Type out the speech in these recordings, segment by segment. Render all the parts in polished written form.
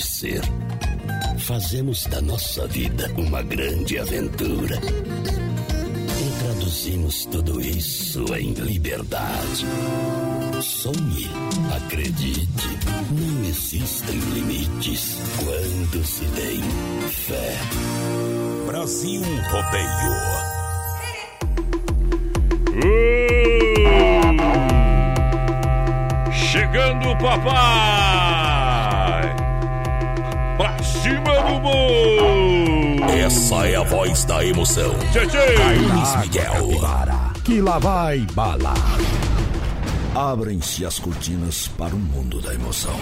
de ser. Fazemos da nossa vida uma grande aventura. E traduzimos tudo isso em liberdade. Sonhe, acredite, não existem limites quando se tem fé. Brasil Rodeio. Chegando o papai pra cima do bom. Essa é a voz da emoção. Luiz Miguel. Que lá vai bala. Abrem-se as cortinas para o mundo da emoção.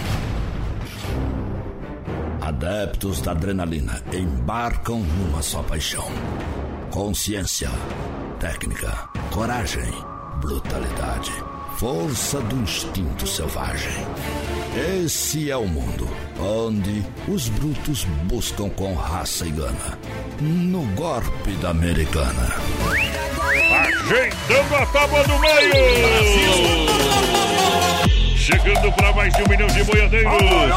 Adeptos da adrenalina embarcam numa só paixão. Consciência, técnica, coragem, brutalidade, força do instinto selvagem. Esse é o mundo onde os brutos buscam com raça e gana. No golpe da americana. Ajeitando a tábua do meio. Chegando para mais de 1 milhão de boiadeiros.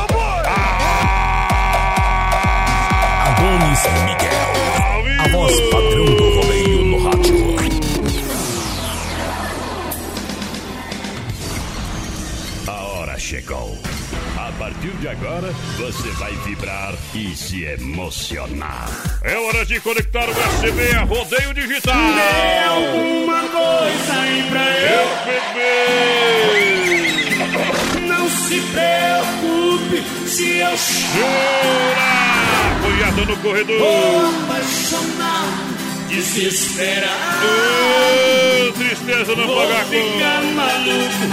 Adonis Miguel. A voz padrão do rodeio no rádio. A hora chegou. A partir de agora, você vai vibrar e se emocionar. É hora de conectar o USB a rodeio digital. Dê alguma coisa aí pra eu. Bebê. Não se preocupe se eu chorar. Boiada no corredor. Vou apaixonar, desesperar. Tristeza não vou pagar a ficar conta. maluco.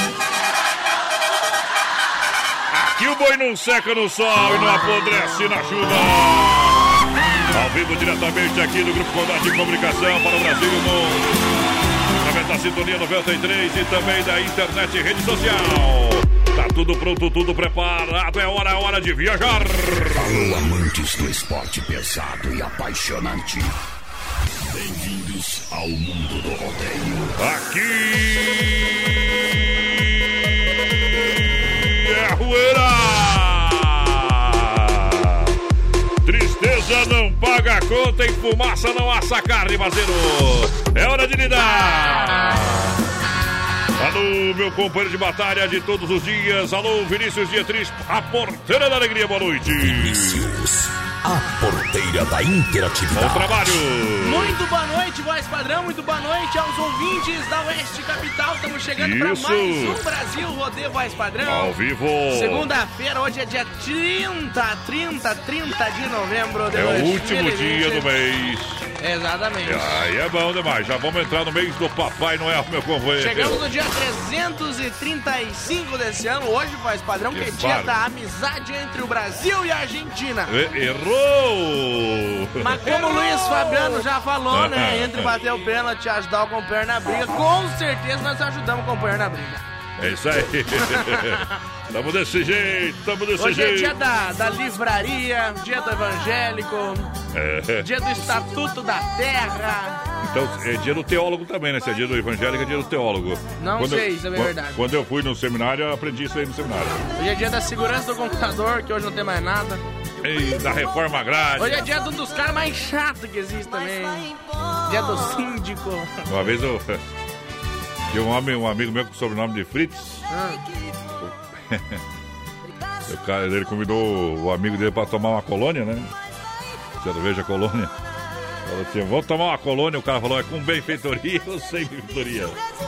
Que o boi não seca no sol e não apodrece na chuva. Ao vivo, diretamente aqui do Grupo Condado de Comunicação para o Brasil e o mundo. Através da Sintonia 93 e também da internet e rede social. Tá tudo pronto, tudo preparado. É hora de viajar. Alô, amantes do esporte pesado e apaixonante. Bem-vindos ao mundo do rodeio. Aqui é a Rueira. Tristeza não paga a conta e fumaça não assa carne, parceiro. É hora de lidar. Alô, meu companheiro de batalha de todos os dias. Alô, Vinícius Dietrich, a porteira da alegria, boa noite. Vinícius, a porteira da interatividade. Bom trabalho. Muito boa noite, voz padrão. Muito boa noite aos ouvintes da Oeste Capital. Estamos chegando para mais um Brasil Rodeio Voz Padrão. Ao vivo. Segunda-feira, hoje é dia 30 de novembro de É 2020. o último dia do mês. Exatamente. Aí é bom demais. Já vamos entrar no mês do Papai Noel, meu companheiro. Chegamos no dia 335 desse ano. Hoje, voz padrão, que é dia da amizade entre o Brasil e a Argentina. Errou! Mas como o Luiz Fabiano já falou, né? Entre bater o pênalti e ajudar o companheiro na briga, com certeza nós ajudamos o companheiro na briga. É isso aí. Tamo desse jeito, Hoje é dia da livraria, dia do evangélico, dia do Estatuto da Terra. Então, é dia do teólogo também, né? Se é dia do evangélico, é dia do teólogo. Não sei, isso é verdade. Quando eu fui no seminário, eu aprendi isso aí no seminário. Hoje é dia da segurança do computador, que hoje não tem mais nada. E da reforma agrária. Hoje é dia de um dos caras mais chatos que existe também. Dia do síndico. Uma vez eu... Tinha um amigo meu com o sobrenome de Fritz. Ele convidou o amigo dele pra tomar uma colônia, né? Cerveja colônia. Falou assim, vamos tomar uma colônia. O cara falou, é com benfeitoria ou sem benfeitoria?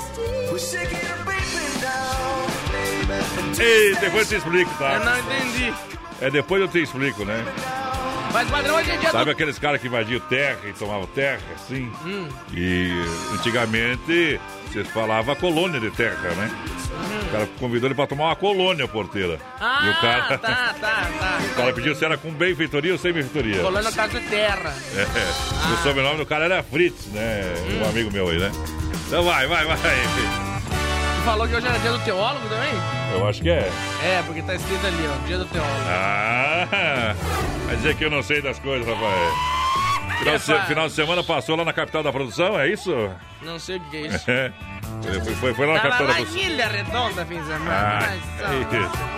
Ei, depois eu te explico, tá? Eu não entendi. Depois eu te explico, né? Mas padrão, hoje é dia Sabe aqueles caras que invadiam terra e tomavam terra, assim? E antigamente vocês falavam colônia de terra, né? O cara convidou ele pra tomar uma colônia, porteira. Ah, e o cara... tá. O cara pediu se era com benfeitoria ou sem benfeitoria. Colônia no caso de terra. O sobrenome do cara era Fritz, né? Um amigo meu aí, né? Então vai. Tu falou que hoje era dia do teólogo também? Eu acho que é. É, porque tá escrito ali, ó, dia do teólogo. Vai dizer que eu não sei das coisas, rapaz. Final de semana passou lá na capital da produção, é isso? Não sei o que é isso. Foi lá na capital da produção. Ilha Redonda, fim de semana.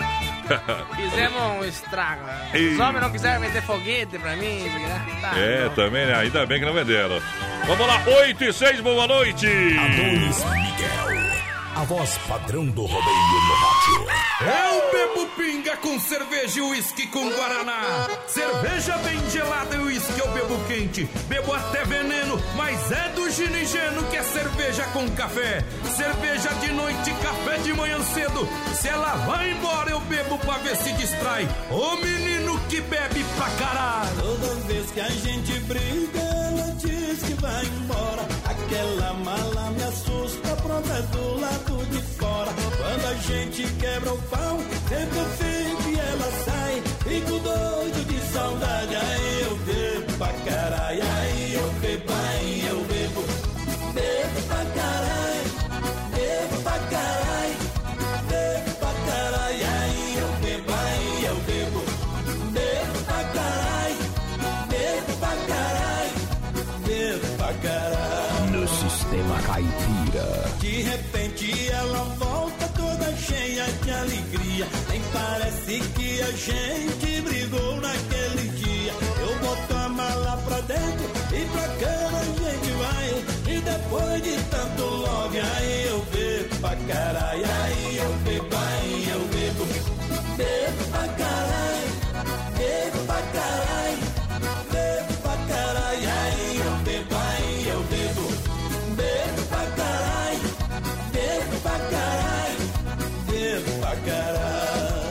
Fizemos um estrago. Os homens não quiseram vender foguete pra mim. Tá, também, né? Ainda bem que não venderam. Vamos lá, 8:06, boa noite. Adonis Miguel, a voz padrão do rodeio no rádio. Eu bebo pinga com cerveja e uísque com guaraná. Cerveja bem gelada e uísque eu bebo quente. Bebo até veneno, mas é do Ginigeno que é cerveja com café. Cerveja de noite, café de manhã cedo. Se ela vai embora eu bebo pra ver se distrai. Ô menino que bebe pra caralho. Toda vez que a gente briga, ela diz que vai embora. Aquela mala me assusta, pronta do lado de fora. Quando a gente quebra o pau, sempre eu fico e ela sai. Fico doido de saudade, aí eu bebo pra caralho. Aí eu bebo, aí eu bebo. Bebo pra caralho, bebo pra caralho. Bebo pra caralho, aí eu bebo, aí eu bebo. Bebo pra caralho, bebo pra caralho. Bebo pra caralho. No sistema caipira. De repente ela volta toda cheia de alegria. Nem parece que a gente brigou naquele dia. Eu boto a mala pra dentro e pra cama a gente vai. E depois de tanto love, aí eu bebo pra caralho. Aí eu bebo, aí eu bebo. Bebo pra caralho, bebo pra caralho. Bebo pra caralho, aí eu bebo, aí eu bebo. Bebo pra caralho, bebo pra caralho, bebo pra caralho.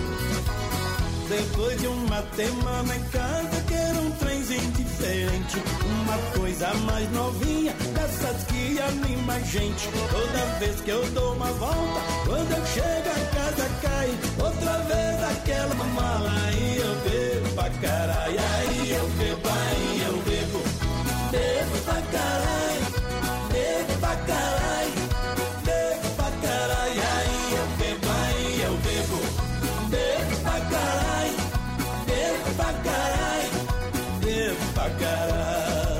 Depois de uma semana em casa, quero um trenzinho diferente. Uma coisa mais novinha, dessas que anima a gente. Toda vez que eu dou uma volta, quando eu chego a casa cai. Outra vez aquela mala, aí eu bebo pra caralho. Aí eu bebo, aí eu bebo. Bebo pra caralho, bebo pra caralho. Bebo pra caralho, aí eu bebo, aí eu bebo. Bebo pra caralho, bebo pra caralho. Bebo pra caralho.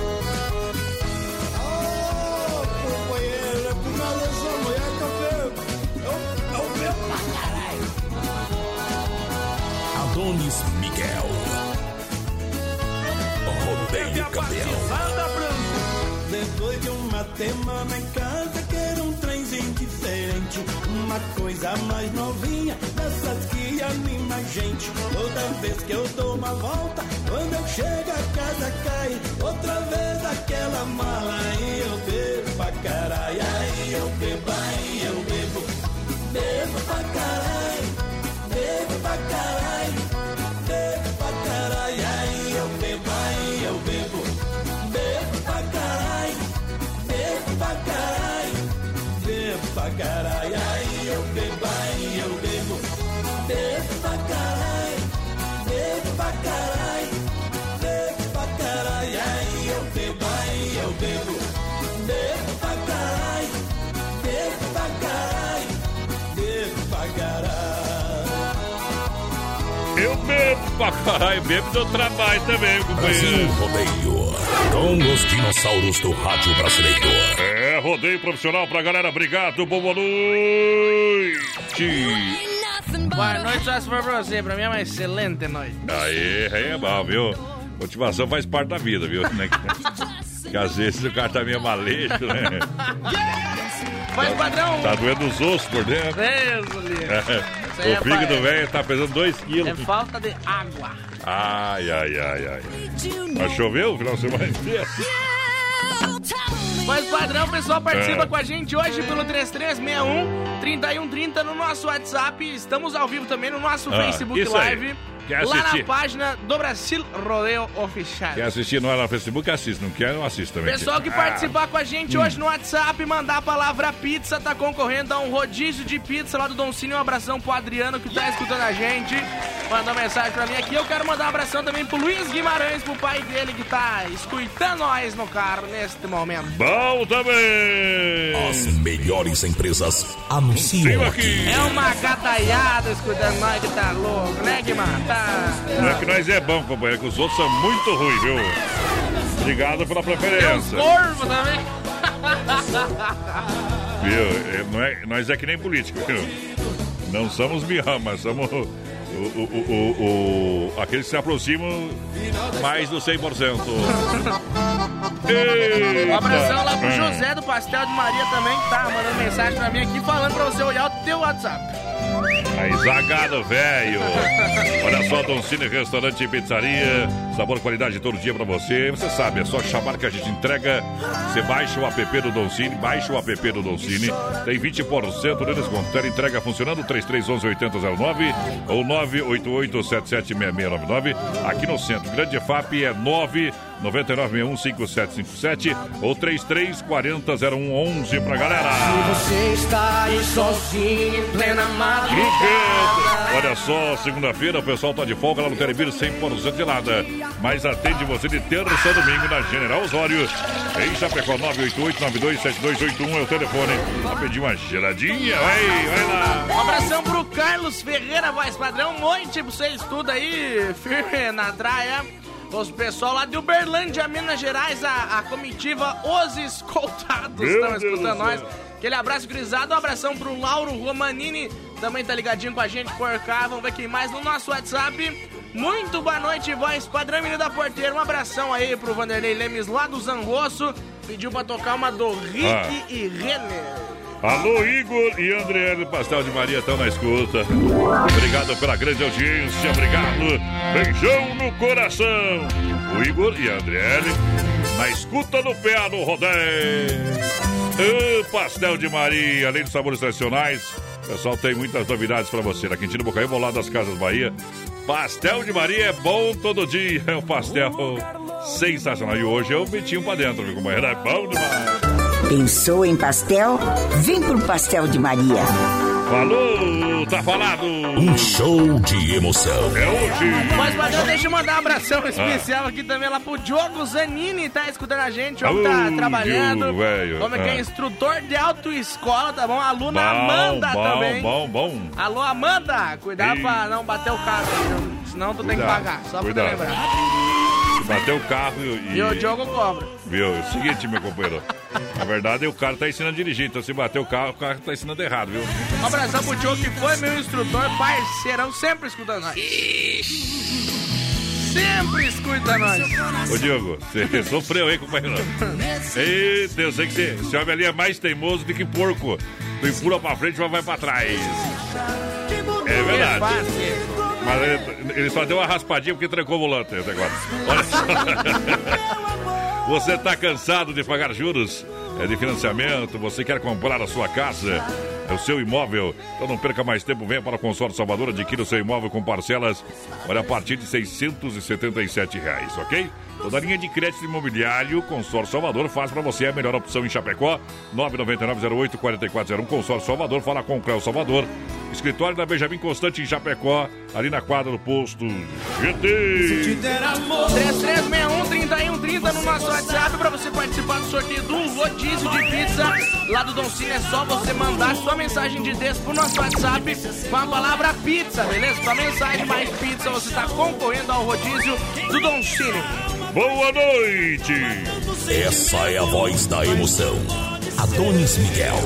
Oh, companheiro, é por causa dessa mulher que eu bebo. Eu bebo pra caralho. Adonis Miguel, rodeio campeão. Depois de uma semana em casa, quero um trenzinho diferente. Uma coisa mais novinha, dessas que anima a gente. Toda vez que eu dou uma volta, quando eu chego a casa cai. Outra vez aquela mala, aí eu bebo pra caralho. Aí eu bebo, aí eu bebo. Bebo pra caralho, bebo pra caralho. Bebo pra caralho, aí eu bebo, aí eu bebo. Bebo pra caralho, bebo pra caralho. Bebo pra caralho, aí eu bebo, aí eu bebo. Bebo pra caralho, bebo pra caralho. Bebo pra caralho, aí eu bebo, aí eu bebo. Bebo pra caralho, bebo pra caralho. Bebo pra caralho. Eu bebo pra caralho, bebo do trabalho também, Brasil companheiro. Rodeio, com os dinossauros do rádio brasileiro. É, rodeio profissional pra galera, obrigado, boa noite. Boa noite, só se for pra você. Pra mim é uma excelente noite. Aí, é bom, viu? Motivação faz parte da vida, viu? Né? Que às vezes o cara tá meio maleixo, né? Mas, padrão... Tá doendo os ossos por dentro. Deus, O fígado velho tá pesando 2 quilos. É falta de água. Ai. Mas choveu o final de semana inteiro. Mas, padrão, o pessoal participa com a gente hoje pelo 3361-3130 no nosso WhatsApp. Estamos ao vivo também no nosso Facebook Live. Lá na página do Brasil Rodeio Oficial. Quer assistir não é no Facebook, assiste. Não quer, não assiste também. Pessoal que participar com a gente hoje no WhatsApp, mandar a palavra pizza, tá concorrendo a um rodízio de pizza lá do Don Cine. Um abração pro Adriano que tá escutando a gente. Mandou mensagem pra mim aqui. Eu quero mandar um abração também pro Luiz Guimarães, pro pai dele que tá escutando nós no carro neste momento. Bom também! As melhores empresas anunciam aqui. É uma cataiada escutando nós que tá louco, né, Guimarães? Não é que nós é bom, companheiro, que os outros são muito ruins, viu? Obrigado pela preferência. Tem os corvos também. Viu? Nós é que nem político, viu? Não somos mião, mas somos aqueles que se aproximam mais do 100%. Um abração lá pro José do Pastel de Maria também, que tá mandando mensagem pra mim aqui, falando pra você olhar o teu WhatsApp. Aí, zagado, velho. Olha só, Don Cine Restaurante e Pizzaria. Sabor, qualidade todo dia pra você. Você sabe, é só chamar que a gente entrega. Você baixa o app do Don Cine, baixa o app do Don Cine. Tem 20% de desconto. Tela entrega funcionando, 3311-8009 ou 988-776699. Aqui no centro. Grande FAP é 999615757 ou 3340-0111 pra galera. Se você está aí sozinho em plena madrugada. Olha só, segunda-feira o pessoal tá de folga lá no Telebir 100% de nada. Mas atende você de terça a domingo na General Osório. Em Chapecó, 988-927281 é o telefone. Pra pedir uma geladinha, vai lá. Um abração pro Carlos Ferreira, voz padrão. Monte pra você estuda aí, firme na traia. Os pessoal lá de Uberlândia, Minas Gerais, a comitiva Os Escoltados estão escutando nós. Aquele abraço grisado, um abração pro Lauro Romanini, também tá ligadinho com a gente por cá. Vamos ver quem mais no nosso WhatsApp. Muito boa noite, voz padrão, menino da porteira. Um abração aí pro Vanderlei Lemes lá do Zanrosso. Pediu pra tocar uma do Rick e Renner. Alô, Igor e André do Pastel de Maria estão na escuta. Obrigado pela grande audiência, obrigado. Beijão no coração. O Igor e a André na escuta do PA no rodeio. Pastel de Maria, além de sabores tradicionais, o pessoal tem muitas novidades para você. Na Quintino Bocaiúva, ao lado das Casas Bahia. Pastel de Maria é bom todo dia. É um pastel sensacional. E hoje eu meti um pra dentro, meu companheiro. É bom demais. Pensou em pastel? Vem pro Pastel de Maria. Falou, tá falado. Um show de emoção. É hoje. Mas, padrão, deixa eu mandar um abração especial aqui também lá pro Diogo Zanini, tá escutando a gente, o homem tá trabalhando. O homem que é instrutor de autoescola, tá bom? A aluna Amanda também. Bom. Alô, Amanda, cuidado pra não bater o carro, senão tu tem que pagar, só pra te lembrar. Bateu o carro e o Diogo cobra. Viu? É o seguinte, meu companheiro. Na verdade, o cara tá ensinando a dirigir. Então, se bater o carro tá ensinando errado, viu? Um abração pro Diogo, que foi meu instrutor, parceirão, sempre escuta nós. Sempre escuta nós. Ô, Diogo, você sofreu, hein, companheiro? Eita, eu sei que esse homem ali é mais teimoso do que porco. Tu empurra pra frente e vai pra trás. É verdade. Mas ele só deu uma raspadinha porque trancou o volante até agora. Olha só. Você está cansado de pagar juros de financiamento? Você quer comprar a sua casa? É o seu imóvel? Então não perca mais tempo, venha para o Consórcio Salvador, adquira o seu imóvel com parcelas, olha, a partir de R$ 677, ok? Toda a linha de crédito imobiliário, Consórcio Salvador faz para você a melhor opção em Chapecó, 999-08-4401, Consórcio Salvador, fala com o Cléo Salvador, escritório da Benjamin Constante em Chapecó, ali na quadra do posto GT. 3361-3130 no nosso WhatsApp para você participar do sorteio do rodízio de pizza lá do Don Cine. É só você mandar sua mensagem de texto pro nosso WhatsApp com a palavra pizza, beleza? Com a mensagem mais pizza você está concorrendo ao rodízio do Don Cine. Boa noite! Essa é a voz da emoção. Adonis Miguel.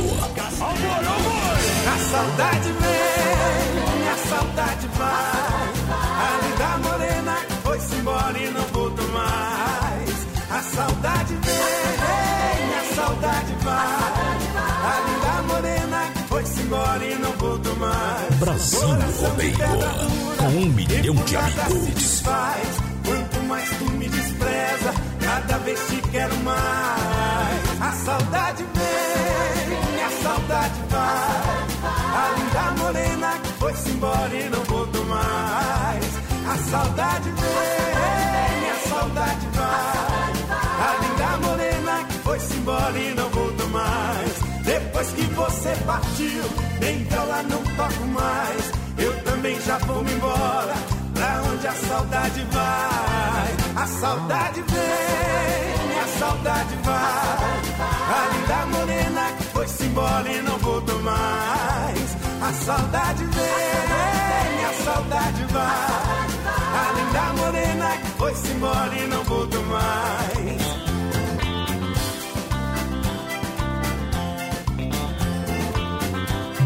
A saudade vem, a saudade vai. A linda morena foi-se embora e não voltou mais. A saudade vem, a saudade vai. A linda morena foi-se embora e não voltou mais. Brasil Rodeio, com 1 milhão de amigos. Quanto mais tu me despreza, cada vez te quero mais. A saudade vem, a saudade vai. A linda morena que foi-se embora e não voltou mais. A saudade vem, a saudade vai. A linda morena que foi-se embora e não voltou mais. Depois que você partiu, nem viola não toco mais. Eu também já vou me embora, pra onde a saudade vai. A saudade vem, a saudade vai. A linda morena que foi-se embora e não voltou mais. A saudade vem, a saudade vai. A linda morena que foi-se embora e não voltou mais.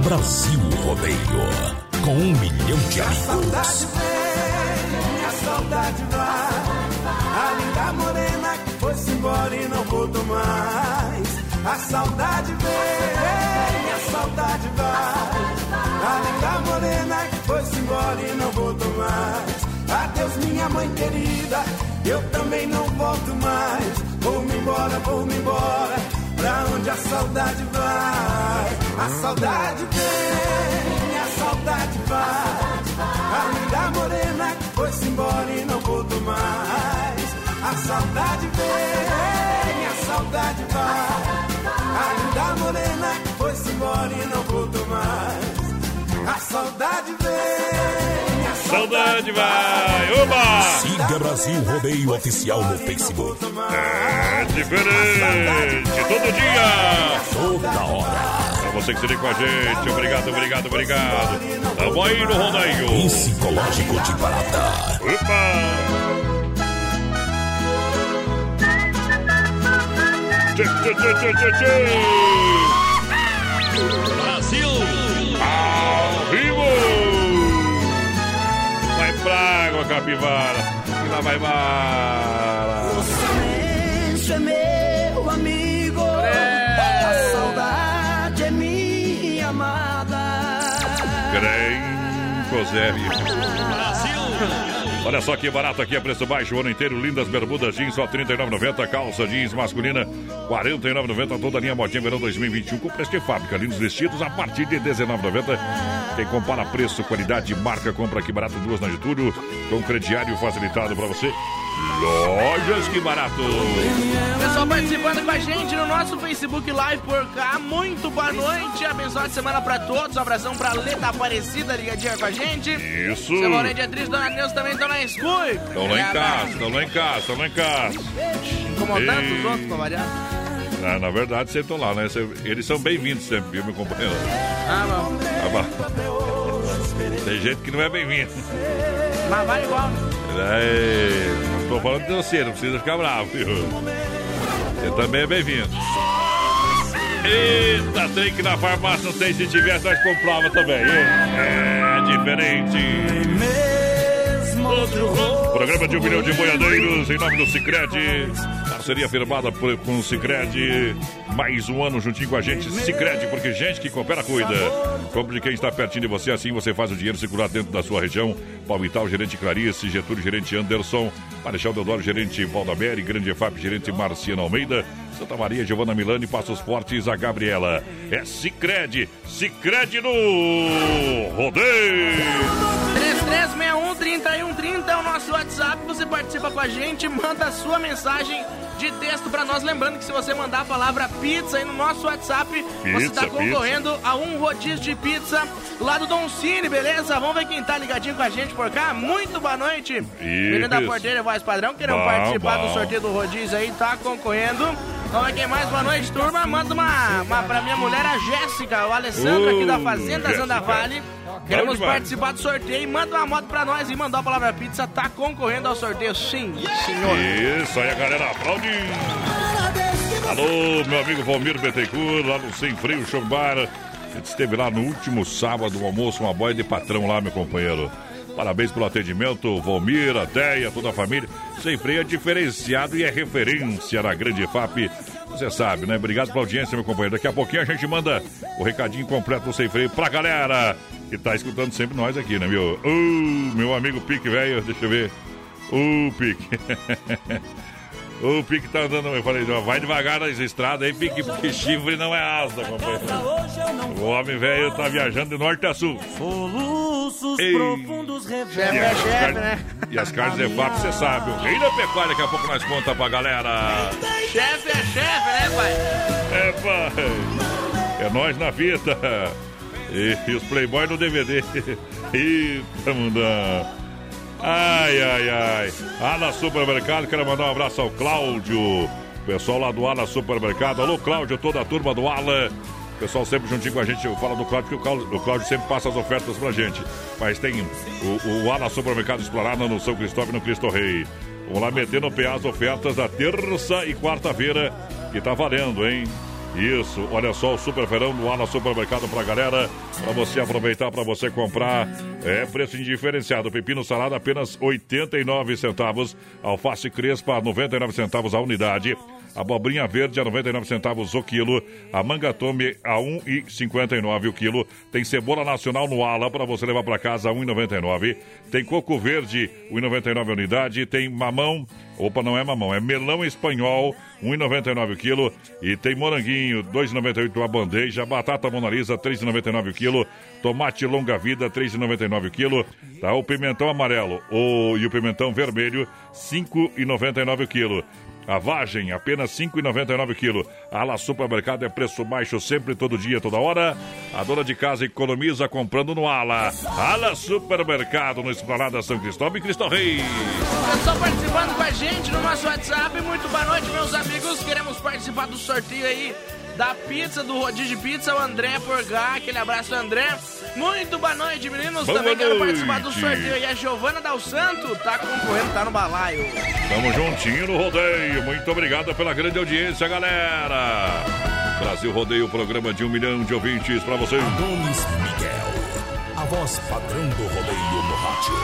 Brasil Rodeio, com 1 milhão de amigos. Saudade vem, a saudade vai. A linda morena que foi-se embora e não voltou mais. A saudade vem, a saudade vai. A linda morena que foi-se embora e não voltou mais. Adeus minha mãe querida, eu também não volto mais. Vou-me embora, pra onde a saudade vai. A saudade vem, a saudade vai. A linda morena que foi-se embora e não voltou mais. A saudade vem, a saudade vai. A linda morena que foi-se embora e não voltou mais. A saudade vem, a saudade vai. Oba! Siga Brasil Rodeio Oficial no Facebook. É diferente, todo dia, toda hora. Pra você que se liga com a gente, obrigado. Tamo aí no rodeio. Psicológico de Barata. Opa! Brasil ao vivo. Vai pra água, capivara, e lá vai embora. O silêncio é meu amigo, a saudade é minha amada. Brasil. Olha só que barato aqui, é preço baixo o ano inteiro. Lindas bermudas jeans, só R$ 39,90. Calça jeans masculina, R$ 49,90. Toda a linha modinha verão 2021 com preço de fábrica. Lindos vestidos a partir de R$ 19,90. Quem compara preço, qualidade, marca, compra aqui barato. 2 na Getúlio, com crediário facilitado para você. Lojas Que Barato. Pessoal participando com a gente no nosso Facebook Live por cá. Muito boa noite, abençoada semana pra todos. Um abração pra Leda Aparecida, ligadinha com a gente. Isso. Seu Lorente e Atriz, Dona Neuza também estão na escuta. Estão lá em casa. Incomodando os outros pra variar. Na verdade, sempre estão lá, né? Eles são bem-vindos sempre, viu, meu companheiro? Bom. Tem gente que não é bem-vindo. Mas vai igual, né? Não tô falando de você, não precisa ficar bravo, viu? Você também é bem-vindo. Eita, tem que ir na farmácia, não sei se tivesse, nós comprava também, hein? É diferente. Programa de 1 milhão de boiadeiros em nome do Sicredi. Parceria firmada com o Sicredi. Mais um ano juntinho com a gente. Sicredi, porque gente que coopera, cuida. Compre de quem está pertinho de você, assim você faz o dinheiro circular dentro da sua região. Palmital, gerente Clarice, Getúlio, gerente Anderson, Marechal Deodoro, gerente Valdamere, Grande EFAP, gerente Marciana Almeida, Santa Maria, Giovana Milani, Passos Fortes, a Gabriela. É Sicredi no rodeio. 3361-3130 é o nosso WhatsApp. Você participa com a gente, manda a sua mensagem de texto pra nós. Lembrando que se você mandar a palavra pizza aí no nosso WhatsApp, você tá concorrendo a um rodízio de pizza lá do Don Cine, beleza? Vamos ver quem tá ligadinho com a gente por cá. Muito boa noite. Menino da Porteira, voz padrão, querem participar do sorteio do rodízio aí, tá concorrendo. Vamos ver quem mais, boa noite, turma. Manda uma pra minha mulher, a Jéssica, o Alessandro aqui da Fazenda Zanda Vale. Queremos participar do sorteio. Manda uma moto pra nós e mandou a palavra pizza. Tá concorrendo ao sorteio, sim, senhor. Isso aí, a galera aplaude. Alô, meu amigo Valmir Bettencourt, lá no Sem Freio Show Bar. A gente esteve lá no último sábado, um almoço, uma boia de patrão lá, meu companheiro. Parabéns pelo atendimento, Valmir, a Deia, toda a família. Sem Freio é diferenciado e é referência na Grande EFAP. Você sabe, né? Obrigado pela audiência, meu companheiro. Daqui a pouquinho a gente manda o recadinho completo do Sem Freio pra galera que tá escutando sempre nós aqui, né, meu? Meu amigo Pique, velho, deixa eu ver. Pique. O Pique tá andando, eu falei, vai devagar nas estradas aí, Pique, porque chifre não é asa, companheiro. O homem velho tá viajando de norte a sul. Profundos chefe, né? E as carnes EFAP, você sabe, o rei da pecuária, daqui a pouco nós conta pra galera. Chefe é chefe, né, pai? É, pai. É nós na fita. E os Playboy no DVD. Eita, mundão. Ai. Ala Supermercado, quero mandar um abraço ao Cláudio. Pessoal lá do Ala Supermercado. Alô, Cláudio, toda a turma do Ala. Pessoal sempre juntinho com a gente. Eu falo do Cláudio, porque o Cláudio sempre passa as ofertas pra gente. Mas tem o Ala Supermercado Explorado no São Cristóvão e no Cristo Rei. Vamos lá meter no PA as ofertas da terça e quarta-feira, que tá valendo, hein? Isso, olha só o Super Feirão do Ala Supermercado pra galera, pra você aproveitar, pra você comprar. É preço indiferenciado. Pepino salada apenas 89 centavos. Alface crespa 99 centavos a unidade. Abobrinha verde a 99 centavos o quilo. A manga tome a 1,59 o quilo. Tem cebola nacional no Ala para você levar para casa a 1,99. Tem coco verde 1,99 a unidade. Tem mamão, opa, não é mamão, é melão espanhol 1,99 o quilo. E tem moranguinho 2,98 a bandeja. Batata Mona Lisa 3,99 o quilo. Tomate longa vida 3,99 o quilo. Tá, o pimentão amarelo e o pimentão vermelho 5,99 o quilo. A vagem, apenas 5,99 o quilo. Ala Supermercado é preço baixo sempre, todo dia, toda hora. A dona de casa economiza comprando no Ala. Ala Supermercado, no Esplanada São Cristóvão e Cristo Rei. Pessoal participando com a gente no nosso WhatsApp. Muito boa noite, meus amigos. Queremos participar do sorteio aí da pizza, do rodízio de pizza, o André Porgá. Aquele abraço, André. Muito boa noite, meninos. Boa Também noite. quero participar do sorteio aí. A Giovana Dal Santo tá concorrendo, tá no balaio. Tamo juntinho no rodeio. Muito obrigado pela grande audiência, galera. Brasil Rodeio, programa de 1 milhão de ouvintes pra vocês. Adonis Miguel, a voz padrão do rodeio no rádio.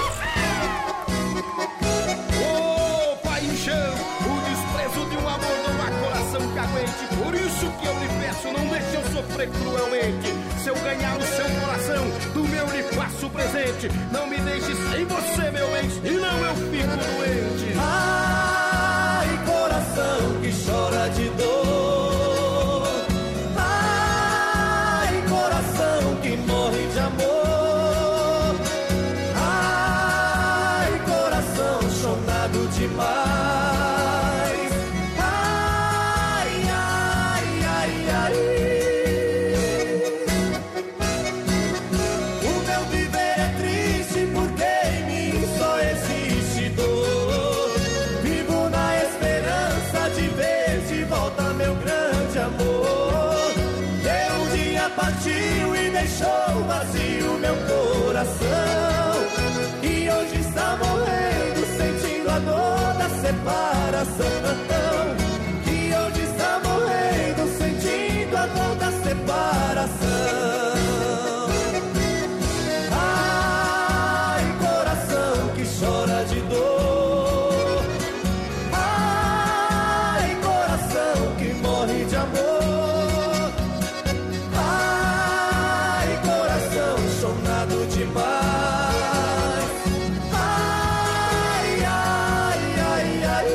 Ô, paixão, o desprezo de um amor não há coração que aguente. Por isso que eu lhe peço, não deixe eu sofrer cruelmente. Se eu ganhar o seu coração, do meu lhe faço presente. Não me deixe sem você, meu bem, senão eu fico doente. Ai, coração que chora de dor. Ai, coração que morre de amor. Ai, coração chonado demais. Ai, ai, ai, ai. O meu viver é triste porque em mim só existe dor. Vivo na esperança de ver de volta meu grande amor. Que um dia partiu e deixou vazio meu coração. E hoje está morrendo sentindo a dor da separação. Que hoje está morrendo sentindo a dor da separação. Ai, coração que chora de dor. Ai, coração que morre de amor. Ai, coração chonado demais. Ai, ai, ai, ai.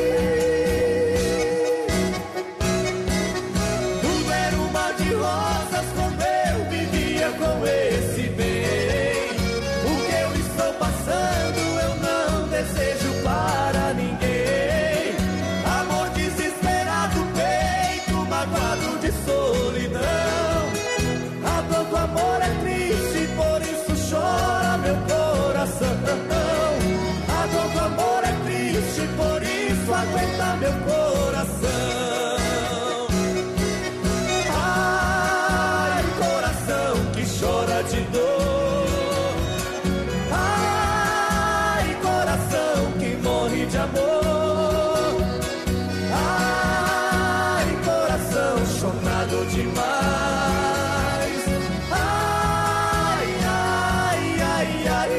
Tudo era um mar de rosas quando eu vivia com esse bem. O que eu estou passando eu não desejo para ninguém. Amor desesperado, peito magoado de solidão. A dor do amor é triste, por isso chora meu coração. A dor do amor é triste, por isso aguenta meu coração. Ai, coração que chora de dor. Ai, coração que morre de amor. Ai, coração chonado demais. Ai, ai, ai, ai.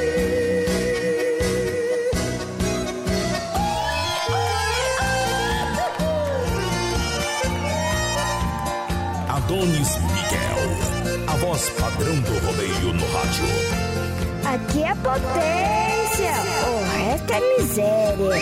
Adonis Miguel, a voz padrão do rodeio no rádio. Aqui é potência, o resto é miséria.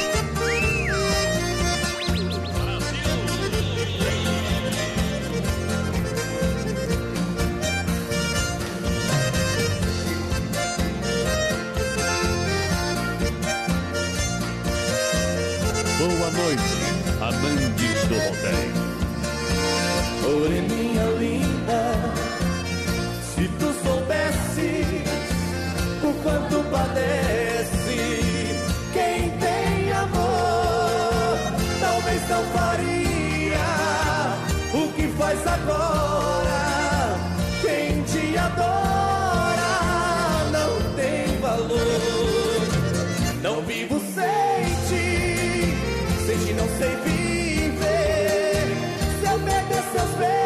Boa noite, amantes do rodeio. Moreninha linda, se tu soubesses o quanto padece quem tem amor, talvez não faria o que faz agora. Quem te adora não tem valor. Não vivo sem ti não sei viver. Se eu perder seus beijos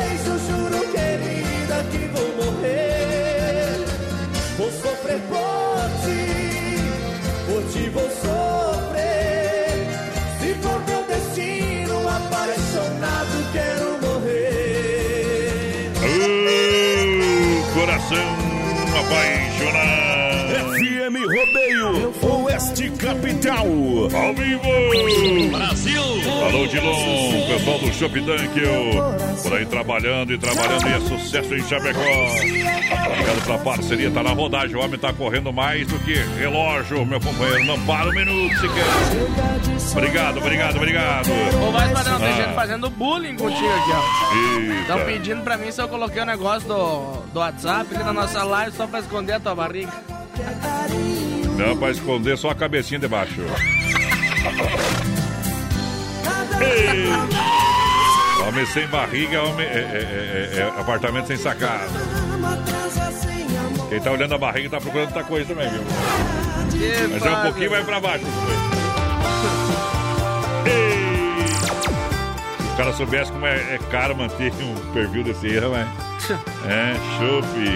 coração apaixonado. FM Rodeio, Oeste Capital. Ao vivo. Brasil. Alô, Dilon, pessoal do Shop Dunkel. Por aí trabalhando e é sucesso em Chapecó. Obrigado pela parceria, tá na rodagem. O homem tá correndo mais do que relógio, meu companheiro. Não para um minuto sequer. Obrigado. Ô, vai, padrão, tem gente fazendo bullying contigo aqui, ó. Estão pedindo pra mim se eu coloquei o negócio do WhatsApp ali na nossa live só pra esconder a tua barriga. Não, pra esconder só a cabecinha debaixo. Homem sem barriga, homem é apartamento sem sacada. Quem tá olhando a barriga tá procurando outra coisa também, viu? Mas é um pouquinho, vai pra baixo. Se o cara soubesse como é caro manter um perfil desse aí, mas... chope,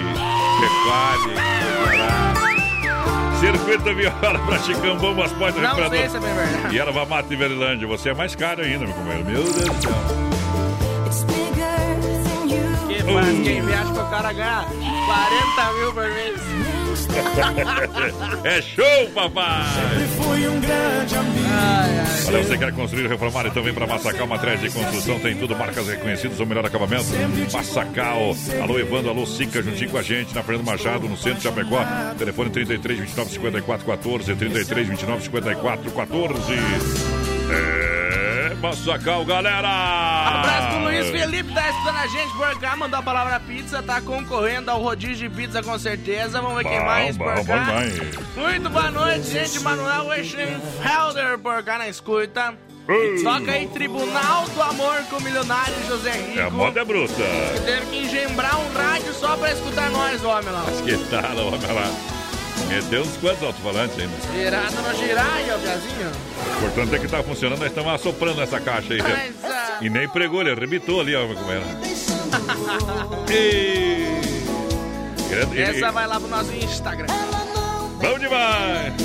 pecuária, Circuito Viola pra Chicão, bombas, pode não sei se é bem verdade. E Erva Mata e Verilândia, você é mais caro ainda, meu companheiro. Meu Deus do céu. Que faz quem viaja pro cara ganhar 40 mil por mês. É show, papai! Sempre fui um grande amigo. Olha, você quer construir ou reformar? Então vem pra Massacal, materiais de construção, tem tudo, marcas reconhecidas, o melhor acabamento. Massacal, alô Evandro, alô Sica, juntinho com a gente, na Fernando Machado, no centro de Chapecó. Telefone 33 29 54 14, 33 29 54 14. Massacal, galera! Abraço pro Luiz Felipe, tá escutando a gente por cá, mandou a palavra pizza, tá concorrendo ao rodízio de pizza com certeza. Vamos ver quem mais por cá. Muito boa noite, gente. Manuel Weschenfelder por cá na escuta. Toca aí Tribunal do Amor com o milionário José Rico. A moda é bruta. Teve que engembrar um rádio só pra escutar nós, o homem lá. Mas que tal, o homem lá? Meteu uns quantos alto-falantes ainda. Virado no giraia, o Piazinho. O importante é que tá funcionando, nós estamos assoprando essa caixa aí. E nem pregou, ele arrebitou ali, ó, como era. Essa vai lá pro nosso Instagram. Bom demais!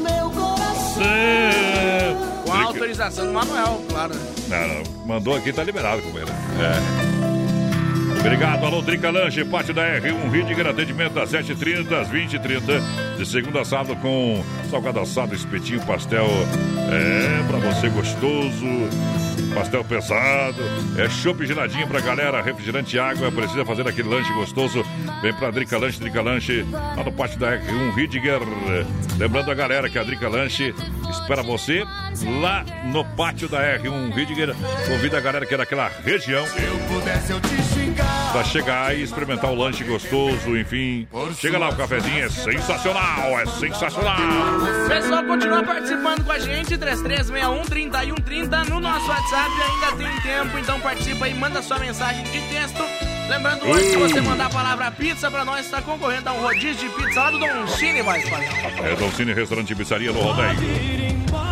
Com a autorização do Manuel, claro. Não, mandou aqui, tá liberado, companheiro. Obrigado, alô, Drica Lanche, pátio da R1, Ridiger, atendimento das 7h30 às 20h30, de segunda a sábado com salgado assado, espetinho, pastel, pra você gostoso, pastel pesado, chopp geladinho pra galera, refrigerante e água, precisa fazer aquele lanche gostoso, vem pra Drica Lanche, lá no pátio da R1, Ridiger, lembrando a galera que a Drica Lanche espera você lá no pátio da R1, Ridiger, convida a galera que é daquela região. Se eu pudesse, eu te xingar. Pra chegar e experimentar o lanche gostoso, enfim. Chega lá, o cafezinho é sensacional, Pessoal, continua participando com a gente, 3361-3130 no nosso WhatsApp, ainda tem tempo, então participa aí, manda sua mensagem de texto. Lembrando hoje, se você mandar a palavra pizza pra nós, está concorrendo a um rodízio de pizza lá do Don Cine, vai fazer. Don Cine, restaurante e pizzaria no Rodeio.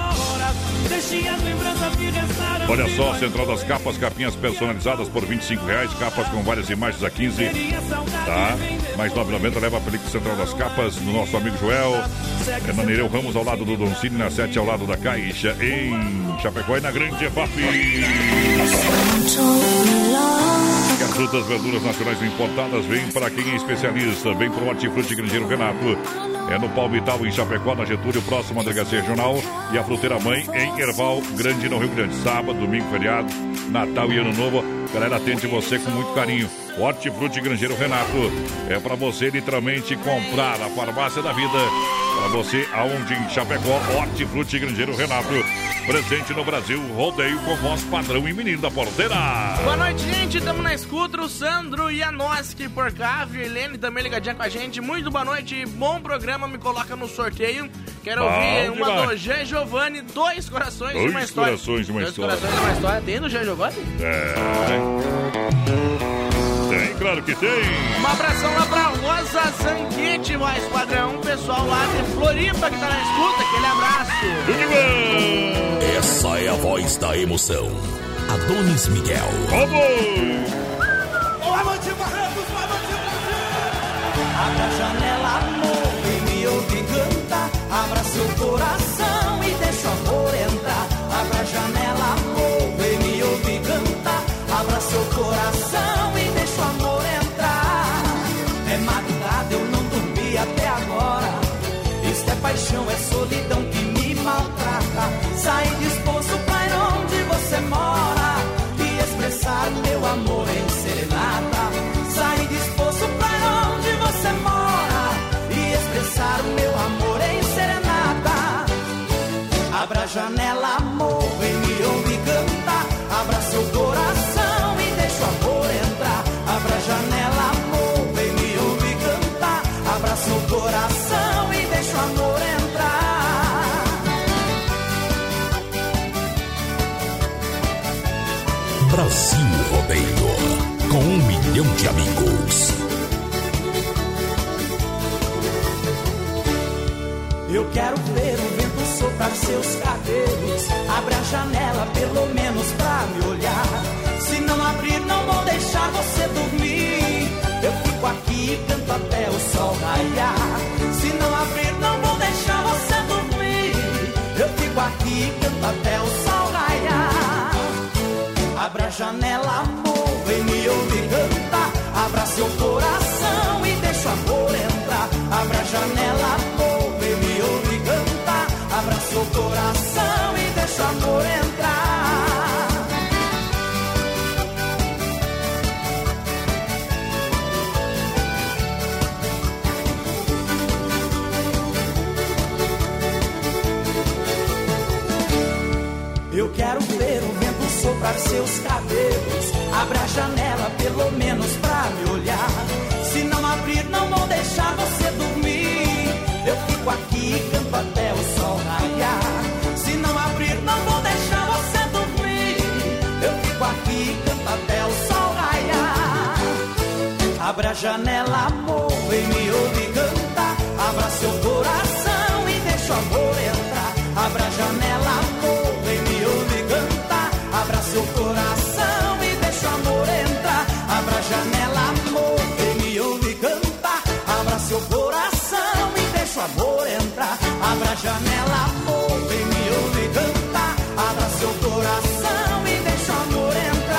Olha só, Central das Capas, capinhas personalizadas por R$25, capas com várias imagens a 15, tá? Mais R$9,90, leva a película Central das Capas no nosso amigo Joel, na Nereu Ramos, ao lado do Don Cine, na 7 ao lado da Caixa, em Chapecó e na Grande EFAP. Quer frutas, verduras nacionais importadas, vem para quem é especialista, vem para o Hortifruti Grangeiro Renato. É no Palmital, em Chapecó, na Getúlio, próximo à Delegacia Regional. E a Fruteira Mãe, em Erval Grande, no Rio Grande. Sábado, domingo, feriado, Natal e Ano Novo. Galera, atende você com muito carinho. Hortifruti Grangeiro Renato. É para você, literalmente, comprar a farmácia da vida. Para você, aonde em Chapecó, Hortifruti Grangeiro Renato. Presente no Brasil, rodeio com voz padrão e menino da porteira. Boa noite, gente. Estamos na escuta. O Sandro e a Noski por cá. A Virlene também ligadinha com a gente. Muito boa noite. Bom programa. Me coloca no sorteio. Quero ouvir uma do Jean Giovanni. Dois corações de uma história. Dois corações de uma história. Dois corações de uma história. Tem do Jean Giovanni? Tem, claro que tem. Um abração lá pra Rosa Zanquete, voz padrão. Pessoal lá de Floripa que tá na escuta. Aquele abraço. Tudo bem. Essa é a voz da emoção. Adonis Miguel. Abra a janela, amor, e me ouve cantar. Abra seu coração e deixa o amor entrar. Abra a janela, amor, e me ouve cantar. Abra seu coração e deixa o amor entrar. É madrugada. paixão é solidão que me maltrata. Saí disposto pra ir onde você mora e expressar o meu amor em serenata. Saí disposto pra ir onde você mora e expressar o meu amor em serenata. Abra a janela, amor, vem me ouvir cantar. Abra seu coração e deixa o amor entrar. Abra a janela, amor, vem me ouvir cantar. Abra seu coração e deixa o amor entrar. Brasil Rodeio, com 1 milhão de amigos. Eu quero ver o vento soprar seus cabelos. Abre a janela pelo menos pra me olhar. Se não abrir não vou deixar você dormir. Eu fico aqui e canto até o sol raiar. Se não abrir não vou deixar você dormir. Eu fico aqui e canto até o sol raiar. Abra a janela, amor, vem me ouvir cantar. Abra seu coração e deixa o amor entrar. Abra a janela, amor, vem me ouvir cantar. Abra seu coração e deixa o amor entrar. Eu quero ver o vento soprar seus cabelos. Abra a janela pelo menos pra me olhar. Se não abrir não vou deixar você dormir. Eu fico aqui e canto até o sol raiar. Se não abrir não vou deixar você dormir. Eu fico aqui e canto até o sol raiar. Abra a janela, amor, vem me ouvir cantar. Abra seu coração e deixa o amor entrar. Abra a janela, amor, vem me ouvir cantar. Abra seu coração e deixa o amor entrar. Abra a janela, amor, vem me ouvir cantar. Abra seu coração e deixa o amor entrar. Abra a janela, amor, vem me ouvir cantar. Abra seu coração e deixa o amor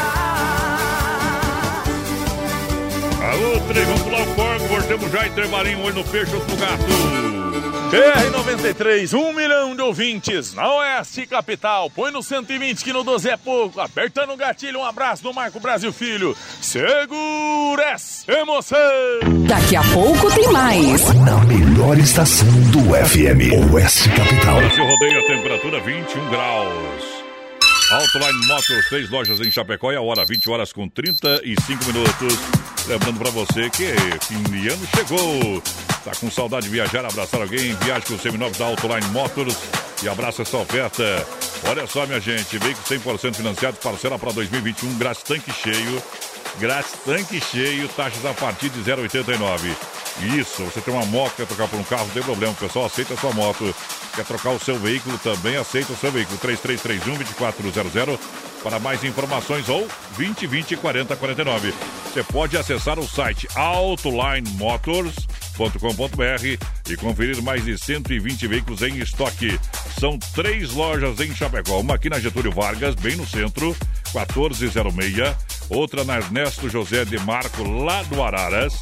entrar. Alô, trem, vamos pular o corpo, cortamos já intervalinho, olho no peixe, outro no gato. BR-93, 1 milhão de ouvintes na Oeste Capital. Põe no 120 que no 12 é pouco. Apertando o gatilho, um abraço do Marco Brasil Filho. Segura essa emoção. Daqui a pouco tem mais. Na melhor estação do FM, Oeste Capital. Brasil Rodeio, a temperatura 21 graus. Autoline Motors, 3 lojas em Chapecó e a hora 20 horas com 35 minutos. Lembrando pra você que fim de ano chegou. Tá com saudade de viajar, abraçar alguém? Viaje com os seminovos da Autoline Motors e abraça essa oferta. Olha só, minha gente, veículo 100% financiado, parcela para 2021, grátis tanque cheio. Grátis tanque cheio, taxas a partir de 0,89. Isso, você tem uma moto, quer trocar por um carro, não tem problema, o pessoal aceita a sua moto. Quer trocar o seu veículo, também aceita o seu veículo. 3331-2400 para mais informações ou 2020-4049. Você pode acessar o site autolinemotors.com.br e conferir mais de 120 veículos em estoque. São 3 lojas em Chapecó, uma aqui na Getúlio Vargas, bem no centro, 1406. Outra na Ernesto José de Marco, lá do Araras,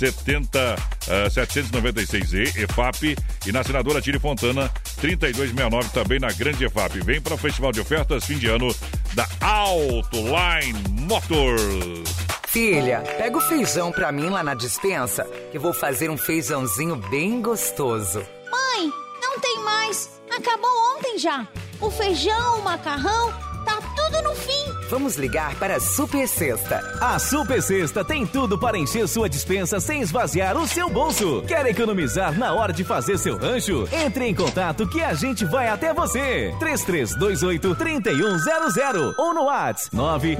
796E, EFAP, e na Senadora Tire Fontana, 3269, também na Grande EFAP. Vem para o Festival de Ofertas fim de ano da Autoline Motors. Filha, pega o feijão pra mim lá na despensa, que eu vou fazer um feijãozinho bem gostoso. Mãe, não tem mais. Acabou ontem já. O feijão, o macarrão, tá tudo no fim. Vamos ligar para a Super Sexta. A Super Sexta tem tudo para encher sua despensa sem esvaziar o seu bolso. Quer economizar na hora de fazer seu rancho? Entre em contato que a gente vai até você. 3328-3100 ou no WhatsApp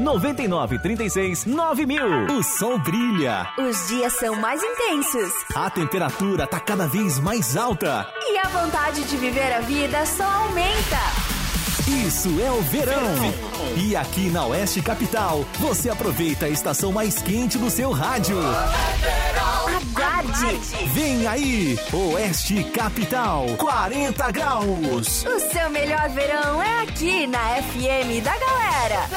999369000. O sol brilha. Os dias são mais intensos. A temperatura tá cada vez mais alta. E a vontade de viver a vida só aumenta. Isso é o verão. E aqui na Oeste Capital, você aproveita a estação mais quente do seu rádio. Aguarde. Vem aí, Oeste Capital, 40 graus. O seu melhor verão é aqui na FM da galera.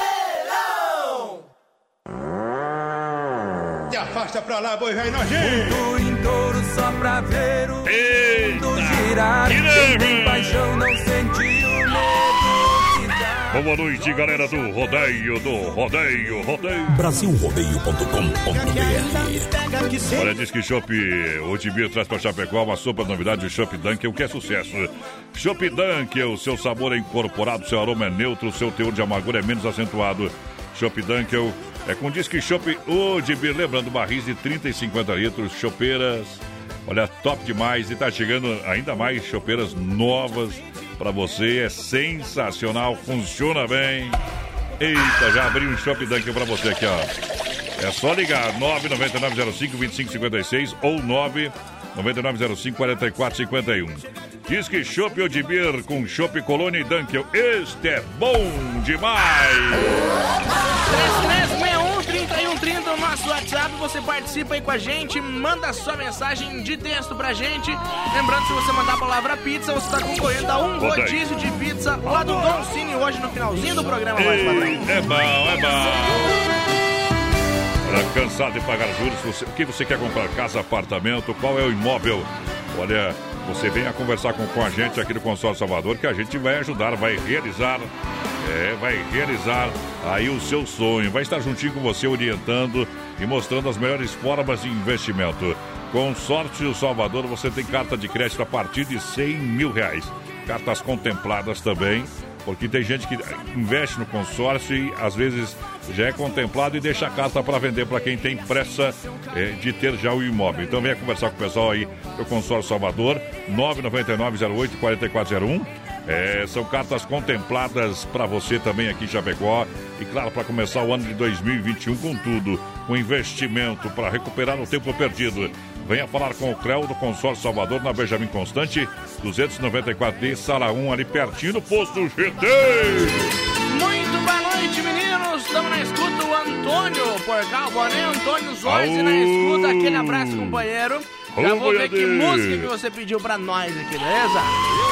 Verão! Se afasta pra lá, boi velho nojento. Muito em touros só pra ver o mundo girar. Quem tem paixão não sente o medo que dá. Boa noite, galera do Rodeio. Brasilrodeio.com.br. Olha, diz que Chopp Odibir traz pra Chapecó uma sopa novidade, o Chopp Dunkel, que é sucesso. Chopp Dunkel, seu sabor é incorporado, seu aroma é neutro, seu teor de amargura é menos acentuado. Chopp Dunkel é com disque Chopp Odibir, lembrando barris de 30 e 50 litros, chopeiras, olha, top demais, e tá chegando ainda mais chopeiras novas pra você, é sensacional, funciona bem. Eita, já abri um Chopp Dunkel pra você aqui, ó. É só ligar 99905-2556 ou 99905-4451. Diz que Chopp Odibir com Chopp Colônia e Dunkel. Este é bom demais! 3361-3130, o nosso WhatsApp. Você participa aí com a gente, manda sua mensagem de texto pra gente. Lembrando, se você mandar a palavra pizza, você tá concorrendo a um rodízio de pizza lá do Don Cine hoje no finalzinho do programa. É bom. Olha, cansado de pagar juros, o que você quer comprar? Casa, apartamento, qual é o imóvel? Olha, você venha conversar com a gente aqui do Consórcio Salvador, que a gente vai ajudar, vai realizar aí o seu sonho. Vai estar juntinho com você, orientando e mostrando as melhores formas de investimento. Consórcio Salvador, você tem carta de crédito a partir de R$100 mil. Cartas contempladas também, porque tem gente que investe no consórcio e às vezes já é contemplado e deixa a carta para vender para quem tem pressa de ter já o imóvel. Então venha conversar com o pessoal aí do Consórcio Salvador, 999-08-4401. São cartas contempladas para você também aqui em Chapecó. E claro, para começar o ano de 2021 com tudo, com investimento para recuperar o tempo perdido. Venha falar com o Creu do Consórcio Salvador na Benjamin Constante, 294D, sala 1, ali pertinho do posto GT. Muito boa noite, meninos. Estamos na escuta, o Antônio Porcal, Boné, Antônio Zorzi na escuta. Aquele abraço, companheiro. Já vou ver que música que você pediu pra nós aqui, beleza?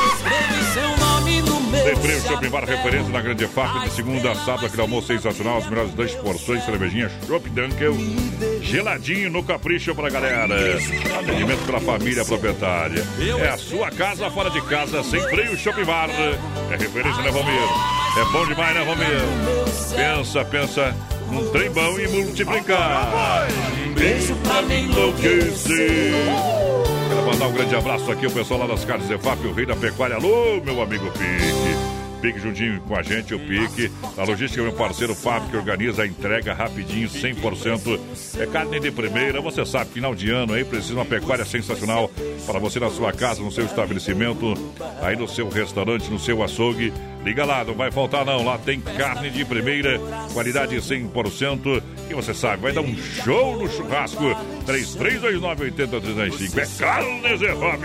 Sempre o Shopping Bar, referência na Grande FAP, de segunda a sábado, aquele almoço sensacional, as melhores 2 porções, cervejinha Chopp Dunkel, geladinho no capricho pra galera. Atendimento pela família proprietária. É a sua casa fora de casa, sem freio, Shopping Bar. É referência, né, Valmir? É bom demais, né, Valmir? Pensa num trem bom e multiplicar. Beijo pra mim enlouquecer. Quero mandar um grande abraço aqui ao pessoal lá das Carnes Zefap, o rei da pecuária. Alô, meu amigo Pique. Pique juntinho com a gente, o Pique. A logística é meu parceiro Fábio, que organiza a entrega rapidinho, 100%. É carne de primeira, você sabe, final de ano aí, precisa de uma pecuária sensacional para você na sua casa, no seu estabelecimento, aí no seu restaurante, no seu açougue. Liga lá, não vai faltar não, lá tem carne de primeira, qualidade 100%. E você sabe, vai dar um show no churrasco. 3329-8035. É carne Zefap,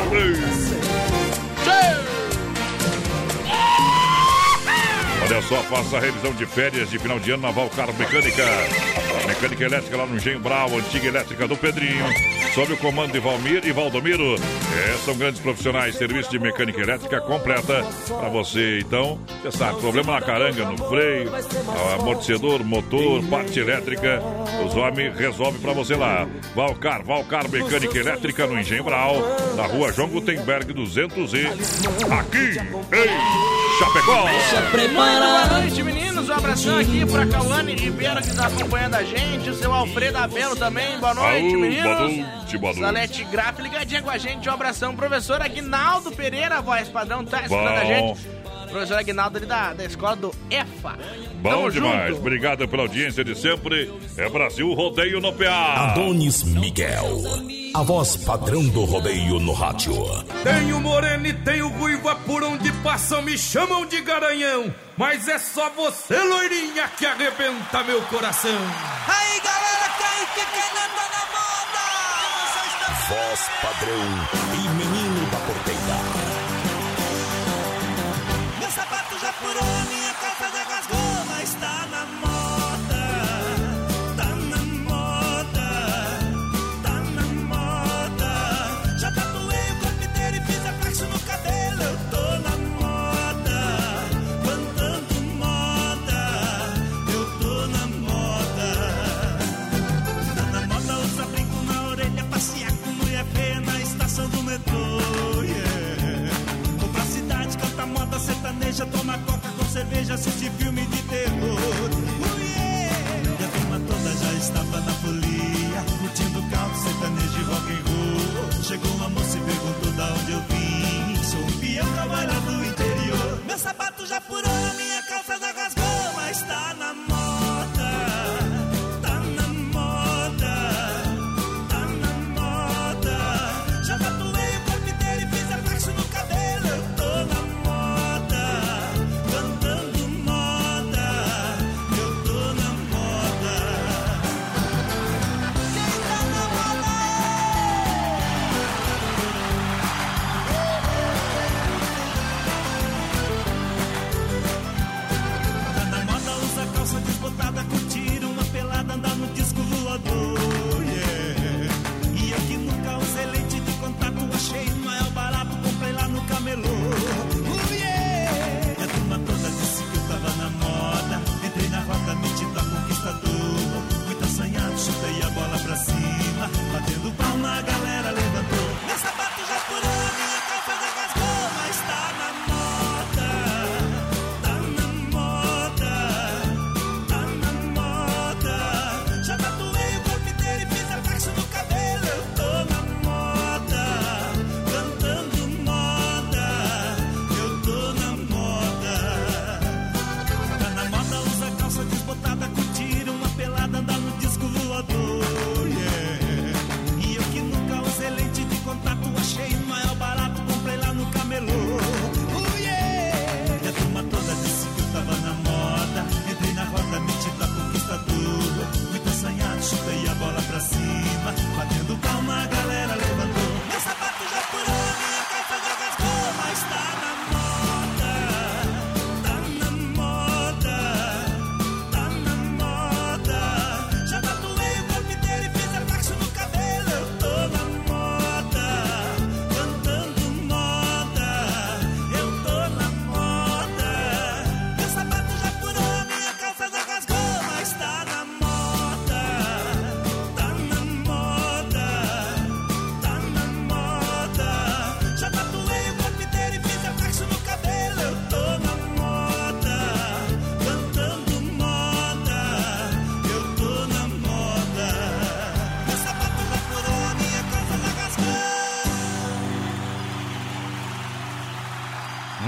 Olha só, faça a revisão de férias de final de ano na Valcar Mecânica. Mecânica elétrica lá no Engenho Brau, antiga elétrica do Pedrinho. Sob o comando de Valmir e Valdomiro. São grandes profissionais, serviço de mecânica elétrica completa para você. Então, você sabe, problema na caranga, no freio, amortecedor, motor, parte elétrica, os homens resolvem para você lá. Valcar Mecânica Elétrica no Engenho Brau, na rua João Gutenberg 200E, aqui em Chapecó. Boa noite, meninos. Um abração aqui pra Cauane Ribeiro, que tá acompanhando a gente. O seu Alfredo Abelo também. Boa noite, meninos. Boa noite. Salete Graf ligadinha com a gente. Um abração. Professor Aguinaldo Pereira, voz padrão, tá escutando a gente. Professor Aguinaldo ali da escola do EFA. Bom Tamo demais. junto. Obrigado pela audiência de sempre. É Brasil Rodeio no PA. Adonis Miguel, a voz padrão do rodeio no rádio. Tem o moreno e tem o ruivo, por onde passam me chamam de garanhão. Mas é só você, loirinha, que arrebenta meu coração. Aí, galera, que não tá na moda. Voz padrão e menino da porteira. Meu sapato já furou, minha calça já rasgou, mas tá na moda. Tá na moda. Tá na moda. Já tatuei o corpo inteiro e fiz a faixa no cabelo. Eu tô na moda. Cantando moda. Eu tô na moda. Tá na moda usar brinco na orelha, passear com mulher feia.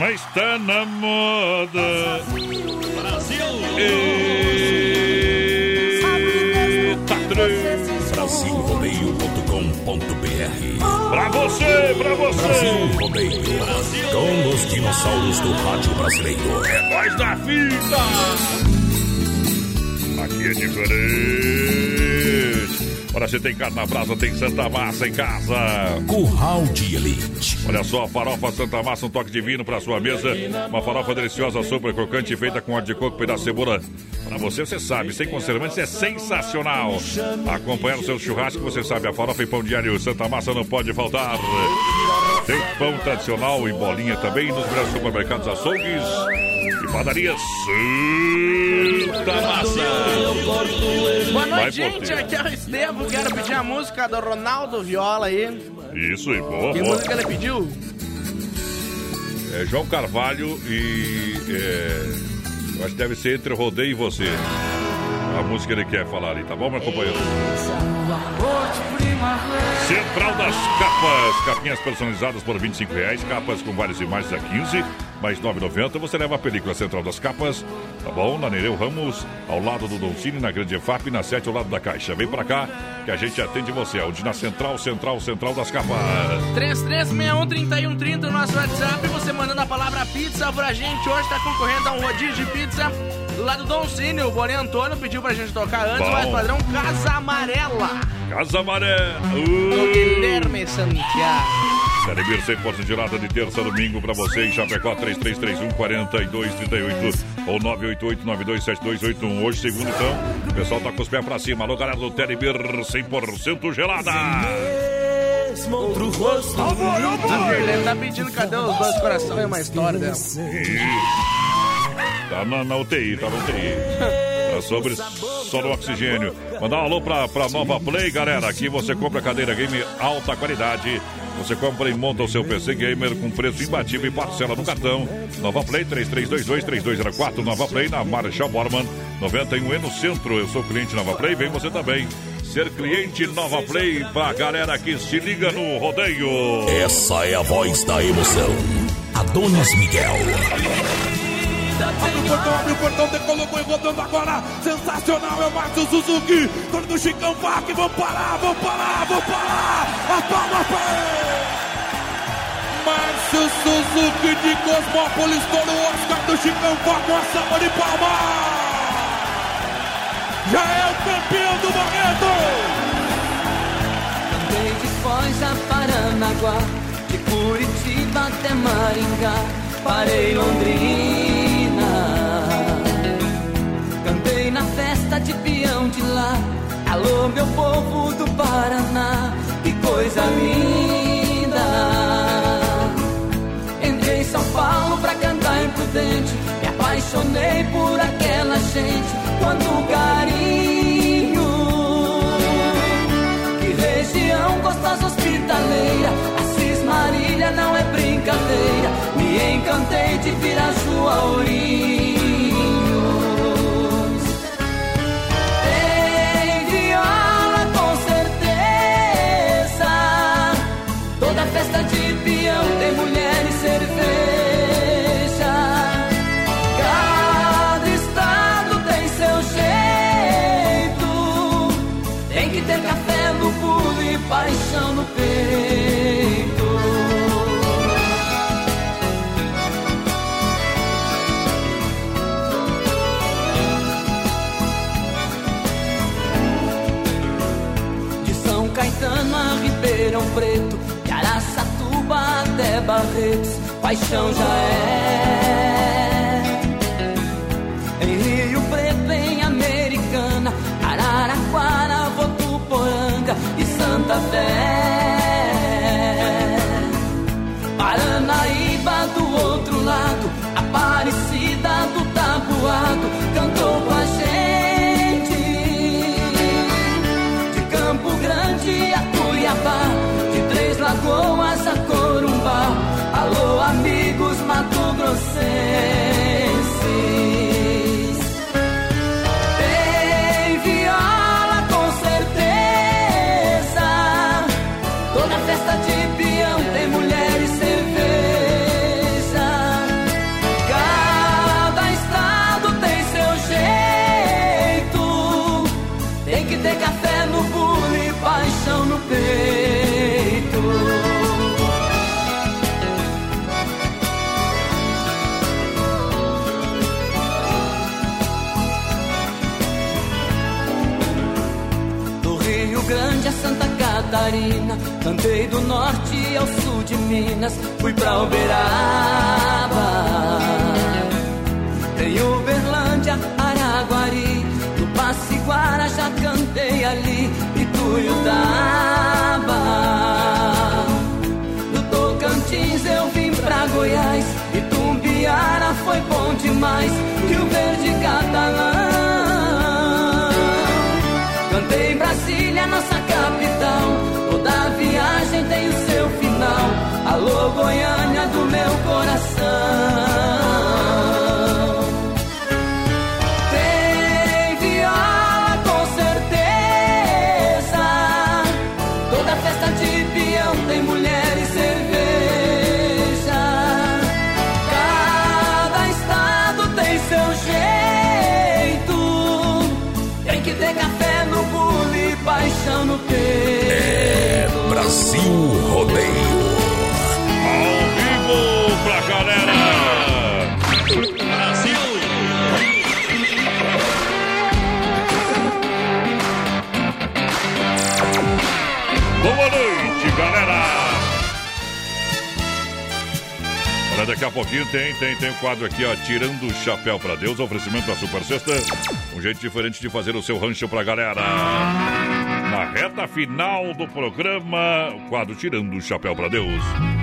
mas tá na moda. Brasil! Eita, Brasilrodeio.com.br. Pra você! Brasil Rodeio. Com os dinossauros do rádio brasileiro. É nós da fita! Aqui é diferente. Olha, se tem carne na brasa, tem Santa Massa em casa. Curral de Elite. Olha só, farofa Santa Massa, um toque divino pra sua mesa. Uma farofa deliciosa, super crocante, feita com óleo de coco, pedaço de cebola. Pra você sabe, sem conservantes, é sensacional. Acompanhar o seu churrasco, você sabe, a farofa e pão diário Santa Massa não pode faltar. Tem pão tradicional e bolinha também nos grandes supermercados, açougues e padarias Santa Massa. Boa noite, gente. Aqui é o Estevam. Quero pedir a música do Ronaldo Viola aí. Isso, e boa. Que música ele pediu? É João Carvalho e... eu acho que deve ser Entre o Rodeio e Você. A música ele quer falar ali, tá bom, meu companheiro? Central das Capas. Capinhas personalizadas por R$25. Capas com várias imagens a 15, mais R$9,90. Você leva a película Central das Capas, tá bom? Na Nereu Ramos, ao lado do Doncini, na Grande EFAP, na 7, ao lado da Caixa. Vem pra cá que a gente atende você. Onde na Central das Capas. 3361-3130 no nosso WhatsApp. Você mandando a palavra pizza pra gente. Hoje tá concorrendo a um rodízio de pizza do lado do Doncini. O Boni Antônio pediu pra gente tocar antes, mas padrão Casa Amarela. Casa Amarela. Do Guilherme Santiago. Telebir 100% de lata de terça a domingo pra você em Chapecó, 3331-4238 ou 988-927281. Hoje, segundo, então, o pessoal tá com os pés pra cima. Alô, galera do Telebir 100% gelada. Outro rosto. Ele tá pedindo cadê os dois corações? É uma história dela. Tá na UTI, tá na UTI. Tá sobre só no oxigênio. Mandar um alô pra Nova Play, galera. Aqui você compra cadeira game alta qualidade. Você compra e monta o seu PC Gamer com preço imbatível e parcela no cartão. Nova Play 3322-3204. Nova Play na Marechal Bormann 91E no centro. Eu sou cliente Nova Play, vem você também ser cliente Nova Play pra galera que se liga no rodeio. Essa é a voz da emoção. Adonis Miguel. Abre o portão, decolocou e rodando agora. Sensacional, é o Márcio Suzuki. Dono do Chicão Park, vamos parar. A palma para Márcio Suzuki de Cosmópolis, todo o Oscar do Chicão Park, uma salva de palma. Já é o campeão do Barreto. Andei de Foz a Paranaguá, de Curitiba até Maringá, parei em Londrina. Cantei na festa de peão de lá. Alô, meu povo do Paraná, que coisa linda. Entrei em São Paulo pra cantar Imprudente. Me apaixonei por aquela gente, quanto carinho. Que região gostosa, hospitaleira. Assis Marília não é brincadeira. Me encantei de Virajuá, Ourinhos. Tem viola com certeza. Toda festa de peão tem mulher e cerveja. Cada estado tem seu jeito. Tem que ter café, lúpulo e paixão no peito. Caetano a Ribeirão Preto, de Araçatuba até Barretos, paixão já é. Em Rio Preto, em Americana, Araraquara, Votuporanga e Santa Fé. Paranaíba do outro lado, Aparecida do Tabuado, cantou com a gente. Campo Grande a Cuiabá, de Três Lagoas a Corumbá. Alô, amigos mato-grossenses. Uberlândia, Santa Catarina, cantei do norte ao sul de Minas, fui pra Uberaba. Em Uberlândia, Araguari, no Passiguara já cantei ali, Ituiutaba. Do Tocantins eu vim pra Goiás, Itumbiara foi bom demais, Rio Verde, Catalã. Cantei em Brasília, nossa capital, toda viagem tem o seu final. Alô, Goiânia do meu coração. Tem viola com certeza, toda festa de peão tem mulher e cerveja. Cada estado tem seu jeito, tem que ter café no bule e paixão no peito. É Brasil Rodeio. Ao vivo pra galera. Brasil. Boa noite, galera. Olha, daqui a pouquinho tem um quadro aqui, ó, Tirando o Chapéu pra Deus, oferecimento da Super Sexta. Um jeito diferente de fazer o seu rancho pra galera. Na reta final do programa, o quadro Tirando o Chapéu pra Deus.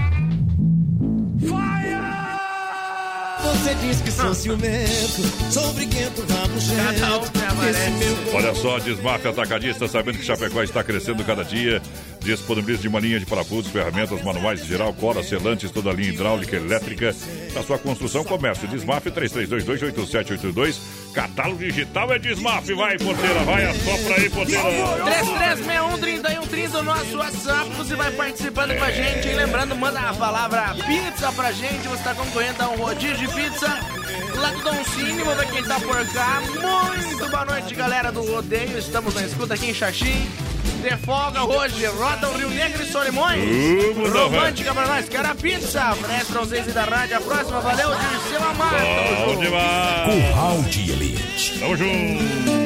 Você diz que sou ciumento, sou briguento, rabugento. Olha só, Desmaf Atacadista, sabendo que Chapecó está crescendo cada dia, disponibiliza de uma linha de parafusos, ferramentas manuais em geral, coras, selantes, toda a linha hidráulica, elétrica, para sua construção, comércio. Desmaf 33228782, catálogo digital é Desmaf, vai, porteira, vai, assopra aí, porteira. 3361-3130, o nosso WhatsApp, você vai participando com a gente, e lembrando, manda a palavra pizza pra gente, você está concorrendo a um rodízio de pizza lá do Dom Cine, vamos ver quem tá por cá. Muito boa noite, galera do rodeio, estamos na escuta aqui em Xaxim. De folga hoje, roda o Rio Negro e Solimões. Romântica pra nós, quero a pizza. Presta vocês da rádio, a próxima, valeu, Dirceu Amado. Bom demais. Curral de Elite. Tamo junto.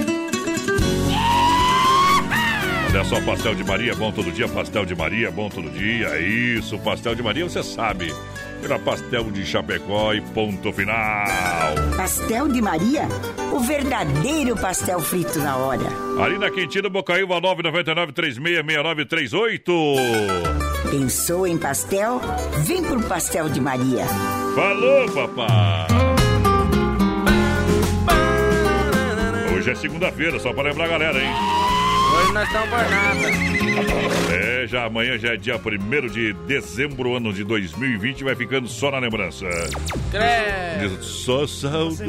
Olha só, pastel de Maria, bom todo dia. Pastel de Maria, bom todo dia. Isso, pastel de Maria, você sabe. Era pastel de Chapecó e ponto final. Pastel de Maria? O verdadeiro pastel frito na hora. Ali na Quintina, Bocaíba, 999-366938. Pensou em pastel? Vem pro Pastel de Maria. Falou, papai. Hoje é segunda-feira, só pra lembrar a galera, hein? Hoje nós estamos por nada. Já amanhã já é dia 1º de dezembro, ano de 2020, vai ficando só na lembrança. Credo. Só saudade.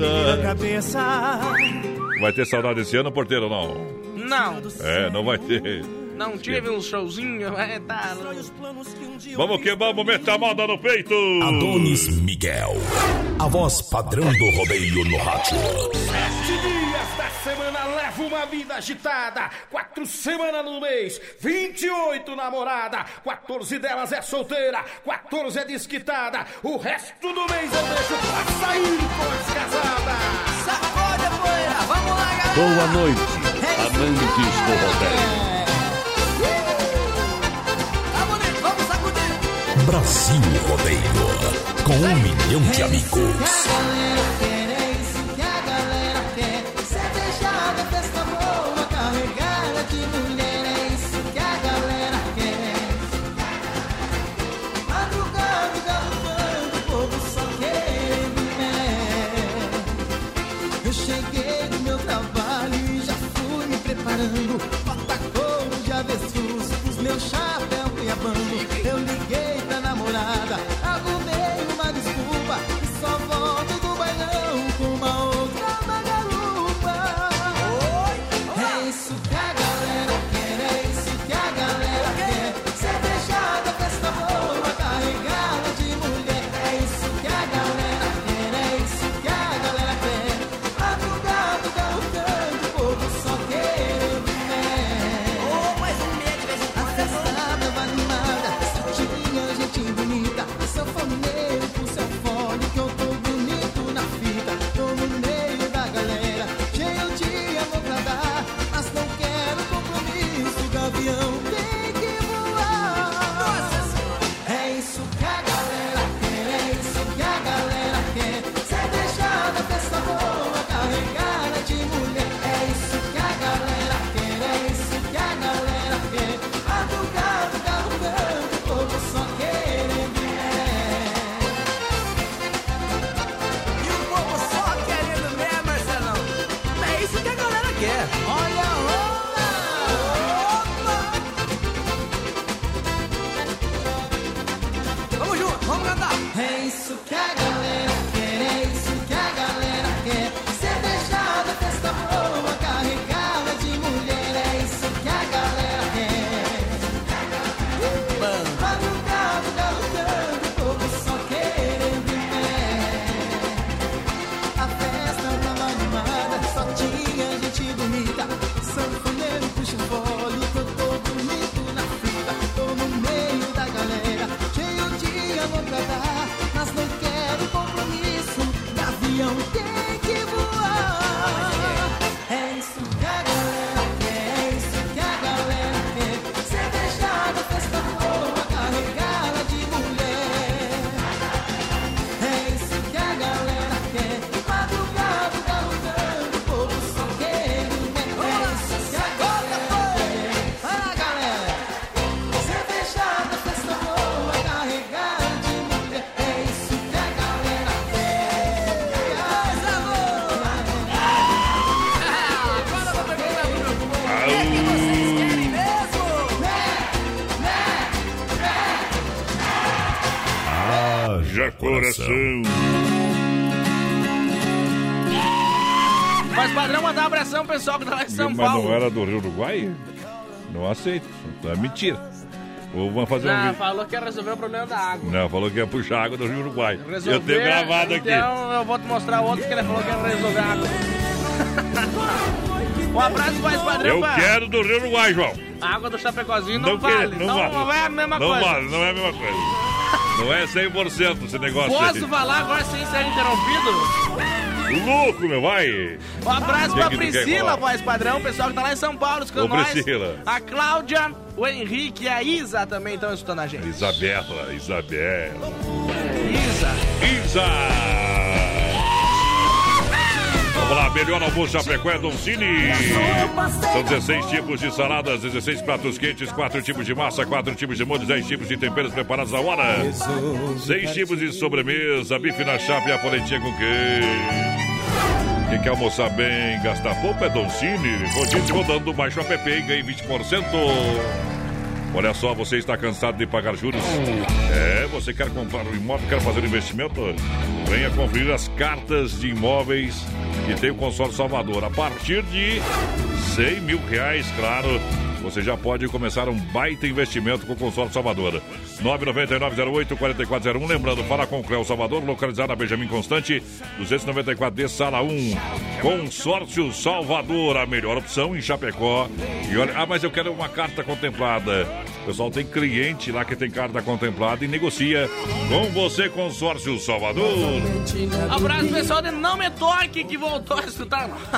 Vai ter saudade esse ano, porteiro, ou não? Não. Não vai ter. Não tive um showzinho, tá. Vamos que vamos, meter a moda no peito. Adonis Miguel, a voz padrão do rodeio no rádio. 7 dias da semana leva uma vida agitada, 4 semanas no mês, 28 namorada, 14 delas é solteira, 14 é desquitada, o resto do mês eu deixo pra sair com as casadas. Sacode a poeira, vamos lá, galera. Boa noite, amantes do rodeio. Brasil Rodeio, com 1 milhão de amigos. Eu cheguei do meu trabalho e já fui me preparando. Patacão de avestruz, os meus chapéu cuiabano. Eu liguei pra namorada, arrumei uma desculpa e só volto do bailão com uma outra magalupa. É isso que a galera quer, é isso que a galera quer. Cervejada, festa boa, carregada de mulher. É isso que a galera quer, é isso que a galera quer. Madrugada, galopando, o povo só querendo fé. não tem que voar. É isso que a galera quer, é isso que a galera quer. Cervejada, festa boa, carregada de mulher. É isso que a galera quer. Madrugada, galgando, povo só querendo. É isso que a galera quer. Vai lá, galera. Cervejada, festa boa, carregada de mulher. É isso que a galera quer. Coisa boa. Agora eu vou perguntar pro meu povo. É que vocês querem mesmo? Haja coração. Mas padrão, mandar um abração pro pessoal que tá lá em São Mas Paulo. não era do Rio Uruguai? Não aceito. É mentira. Ou vamos fazer um Não, vídeo. falou que ia resolver o problema da água. Não, falou que ia puxar água do Rio Uruguai. Resolver, Eu tenho gravado aqui. Então eu vou te mostrar outro que ele falou que ia resolver a água. Um abraço mais padrão. Eu quero do Rio Uruguai, João. A água do Chapecozinho não, Não vale. quero, não Então vale. não é a mesma Não coisa. vale, não é a mesma coisa. Não é 100% esse negócio aí. Posso falar agora sem ser interrompido? Louco, meu, vai. Um abraço Que pra que tu quer Priscila, falar? voz padrão, o pessoal que tá lá em São Paulo escutando Ô, nós. Priscila. A Cláudia, o Henrique e a Isa também estão escutando a gente. Isabela. Isa. Vamos lá, melhor almoço Chapecó é Don Cine. São 16 tipos de saladas, 16 pratos quentes, 4 tipos de massa, 4 tipos de molhos, 10 tipos de temperos preparados à hora. 6 tipos de sobremesa, bife na chapa e a polentinha com queijo. Quem quer almoçar bem, gastar pouco é Don Cine. Rodízio rodando, baixa o app e ganhe 20%. Olha só, você está cansado de pagar juros? Você quer comprar um imóvel, quer fazer um investimento? Venha conferir as cartas de imóveis que tem o Consórcio Salvador. A partir de R$100 mil, claro, você já pode começar um baita investimento com o Consórcio Salvador. 999-08-4401. Lembrando, fala com o Cléo Salvador, localizado na Benjamin Constante, 294D, Sala 1. Consórcio Salvador, a melhor opção em Chapecó. E olha, mas eu quero uma carta contemplada. O pessoal tem cliente lá que tem carta contemplada e negocia com você, Consórcio Salvador. Abraço pessoal de Não Me Toque que voltou a escutar nós.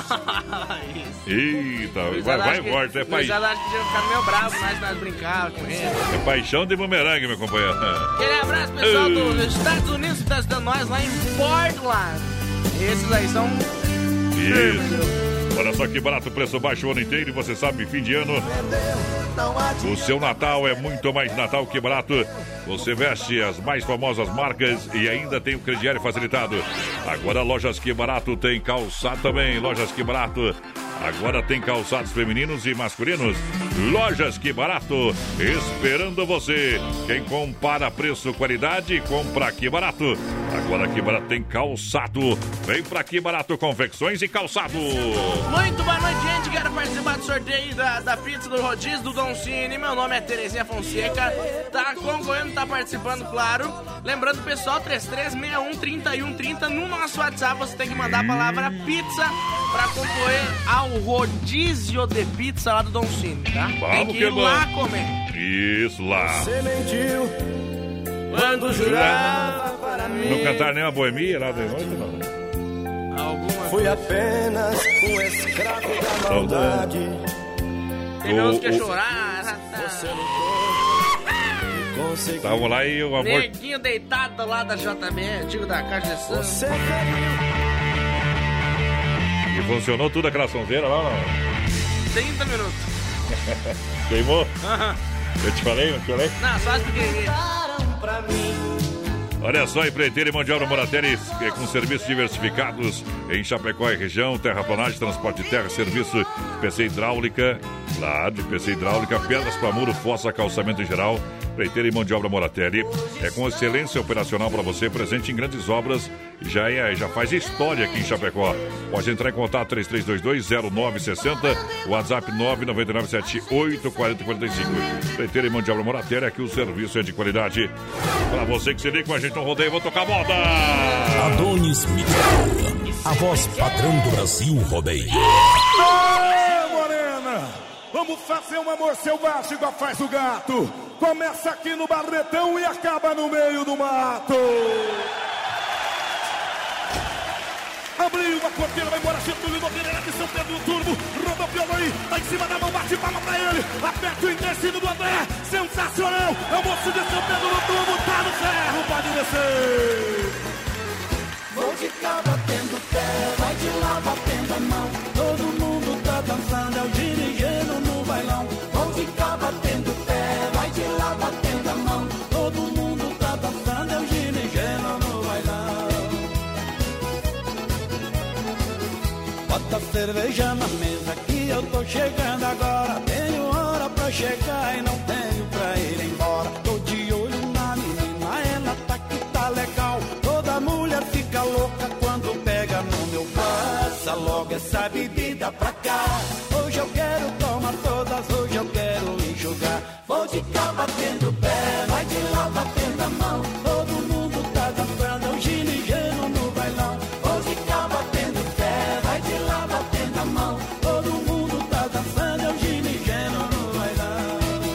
Eita, vai, volta, é paixão. Já acho que já ficaram meio bravo, nós brincávamos com ele. É paixão de bumerangue, meu companheiro. Aquele abraço pessoal dos Estados Unidos que está escutando nós lá em Portland. Esses aí são... Isso. Olha só que barato, preço baixo o ano inteiro e você sabe, fim de ano, o seu Natal é muito mais Natal que barato. Você veste as mais famosas marcas e ainda tem o crediário facilitado. Agora Lojas Que Barato tem calçado também. Lojas Que Barato agora tem calçados femininos e masculinos. Lojas Que Barato, esperando você. Quem compara preço, qualidade, compra aqui barato. Agora Que Barato tem calçado. Vem pra Que Barato, confecções e calçado. Muito boa noite, gente. Quero participar do sorteio da pizza do rodízio do Don Cine. Meu nome é Terezinha Fonseca. Tá concorrendo, tá participando, claro. Lembrando, pessoal, 3361-3130. No nosso WhatsApp você tem que mandar a palavra pizza pra concorrer ao rodízio de pizza lá do Don Cine, tá? Tem que ir lá comer. Isso, lá. Você mentiu quando jurava para mim. Não cantar nem uma boemia lá de noite, não. Fui apenas um escravo da maldade. Tem uns que chorar. Estavam lá e o amor... Neguinho deitado lá da JB, antigo da Caixa de Santos. E funcionou tudo aquela sonzeira lá, não? 30 minutos. Queimou? Aham. Eu te falei, não te falei? Não, só as pequenininhas. Olha só, empreiteira e mão de obra Moratelli, com serviços diversificados em Chapecó e região, terraplanagem, transporte de terra, serviço PC hidráulica, claro, de PC hidráulica, pedras para muro, fossa, calçamento em geral. Empreiteira e mão de obra Moratelli é com excelência operacional para você, presente em grandes obras, já faz história aqui em Chapecó. Pode entrar em contato 3322-0960, WhatsApp 999784045. Empreiteira e mão de obra Moratelli, aqui o serviço é de qualidade. Para você que se liga com a gente no rodeio, vou tocar moda. Adonis Miguel, a voz padrão do Brasil rodeio. Aê, morena! Vamos fazer um amor selvagem igual faz o gato. Começa aqui no Barretão e acaba no meio do mato. Abriu a porteira, vai embora, Getúlio Nogueira de São Pedro do Turbo. Rodopiou aí, tá em cima da mão, bate palma pra ele. Aperta o intestino do André, sensacional. É o moço de São Pedro do Turbo, tá no ferro, pode descer. Vou de cá batendo o pé, vai de lá batendo a mão. Todo mundo tá dançando, é o dirigindo no bailão. Vou de cá batendo o pé, vai de lá batendo a mão. Todo mundo tá dançando, é o dirigindo no bailão. Bota a cerveja na mesa que eu tô chegando agora. Tenho hora pra chegar e não tenho pra ir embora. Tô de olho na menina, ela tá que tá legal. Toda mulher fica louca quando pega no meu passa logo essa bebida pra cá. Hoje eu quero tomar todas, hoje eu quero enxugar. Vou de cá batendo o pé, vai de lá batendo a mão. Todo mundo tá dançando, é um ginigeno no bailão. Vou de cá batendo o pé, vai de lá batendo a mão. Todo mundo tá dançando, é um ginigeno no bailão.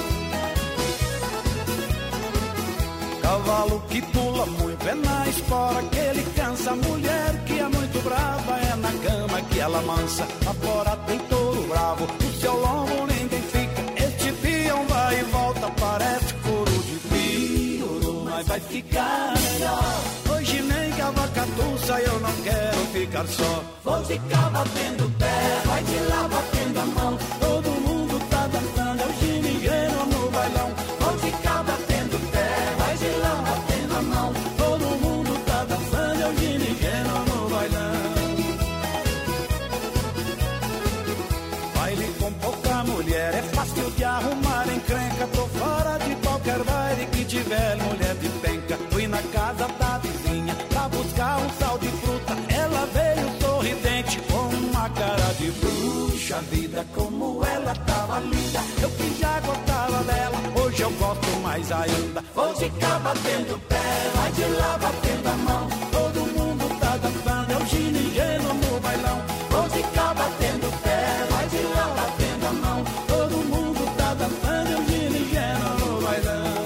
Cavalo que pula muito é na espora que ele cansa. A mulher que é muito brava é na cama que ela mansa. A fora tem touro bravo, no seu lombo ninguém fica. Este peão vai e volta, parece couro de piuro, mas vai ficar melhor. Hoje nem que a vaca tussa, eu não quero ficar só. Vou de cá batendo o pé, vai de lá batendo a mão. Todo mundo tá dançando, é o ginigeno no bailão. Vou de cá batendo o pé, vai de lá batendo a mão. Todo mundo tá dançando, é o ginigeno no bailão. Baile com pouca mulher é fácil de arrumar encrenca. Tô fora de qualquer baile que tiver mulher de penca. Fui na casa da vizinha pra buscar um sal de fruta. Ela veio sorridente com uma cara de bruxa. Vida como ela tava linda, eu que já gostava dela, hoje eu gosto mais ainda. Vou de cá batendo o pé, vai de lá batendo a mão. Todo mundo tá dançando, é o ginigeno no bailão. Vou de cá batendo o pé, vai de lá batendo a mão. Todo mundo tá dançando, é o ginigeno no bailão.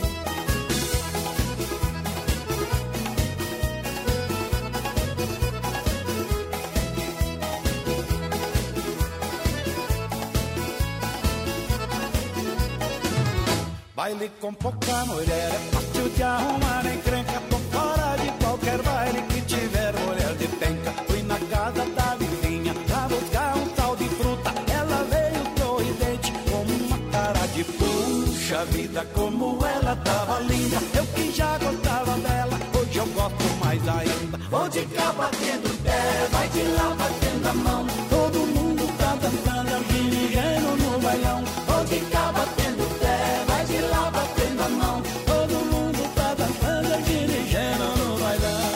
Baile com pouca mulher é fácil de arrumar encrenca. Tô fora de qualquer baile que tiver mulher de penca. Fui na casa da vizinha pra buscar um tal de fruta. Ela veio sorridente com uma cara de puxa vida, como ela tava linda. Eu que já gostava dela, hoje eu gosto mais ainda. Vou de cá batendo o pé, vai de lá batendo a mão. Todo mundo tá dançando, é o ginigeno no bailão. Vou de cá batendo o pé, vai de lá batendo a mão. Todo mundo tá dançando, é o ginigeno no bailão.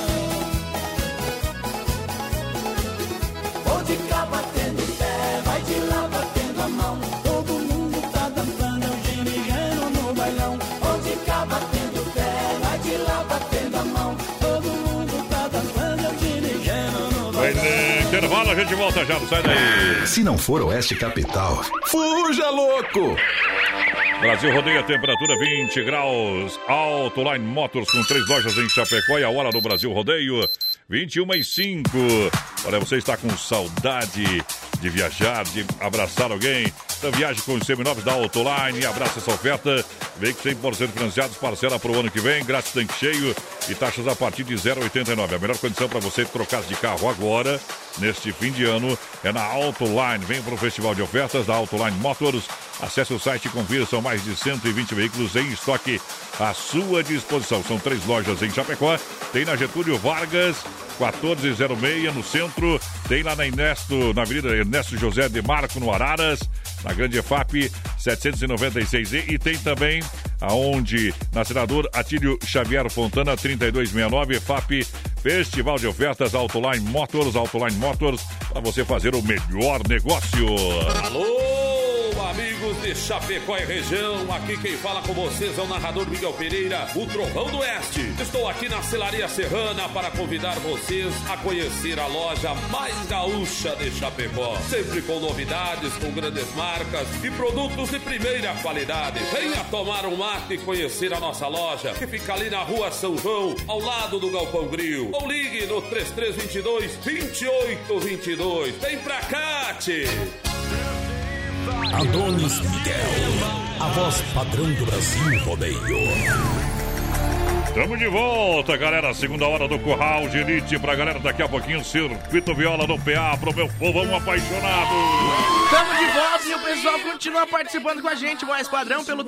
Vou de cá batendo o pé, vai de lá batendo a mão. Todo mundo tá dançando, é o ginigeno no bailão. Vou de cá batendo o pé, vai de lá batendo a mão. Todo mundo tá dançando, é o ginigeno no bailão. Intervalo, a gente volta já, não sai daí. Se não for Oeste Capital, fuja, louco! Brasil rodeia, temperatura 20 graus. Autoline Motors com 3 lojas em Chapecó e a hora do Brasil Rodeio 21h05. Olha, você está com saudade de viajar, de abraçar alguém? Então viaje com os seminovos da Autoline e abraça essa oferta. Veículos 100% financiados, parcela para o ano que vem, grátis tanque cheio e taxas a partir de 0,89. A melhor condição para você trocar de carro agora, neste fim de ano, é na Autoline. Vem para o Festival de Ofertas da Autoline Motors. Acesse o site e confira, são mais de 120 veículos em estoque à sua disposição. São 3 lojas em Chapecó, tem na Getúlio Vargas, 1406 no centro, tem lá na Avenida Ernesto José de Marco, no Araras, na Grande EFAP 796E, e tem também aonde na Senador Atílio Xavier Fontana 3269, EFAP Festival de Ofertas Autoline Motors, para você fazer o melhor negócio. Alô, amigos de Chapecó e região, aqui quem fala com vocês é o narrador Miguel Pereira, o Trovão do Oeste. Estou aqui na Celaria Serrana para convidar vocês a conhecer a loja mais gaúcha de Chapecó. Sempre com novidades, com grandes marcas e produtos de primeira qualidade. Venha tomar um mate e conhecer a nossa loja, que fica ali na Rua São João, ao lado do Galpão Grill. Ou ligue no 3322-2822. Vem pra cá, tchê! Adonis Miguel, a voz padrão do Brasil Rodeio. Estamos de volta, galera. Segunda hora do Curral de Elite pra galera. Daqui a pouquinho, Circuito Viola no PA pro meu povão apaixonado. Estamos de volta e o pessoal continua participando com a gente. Voz padrão pelo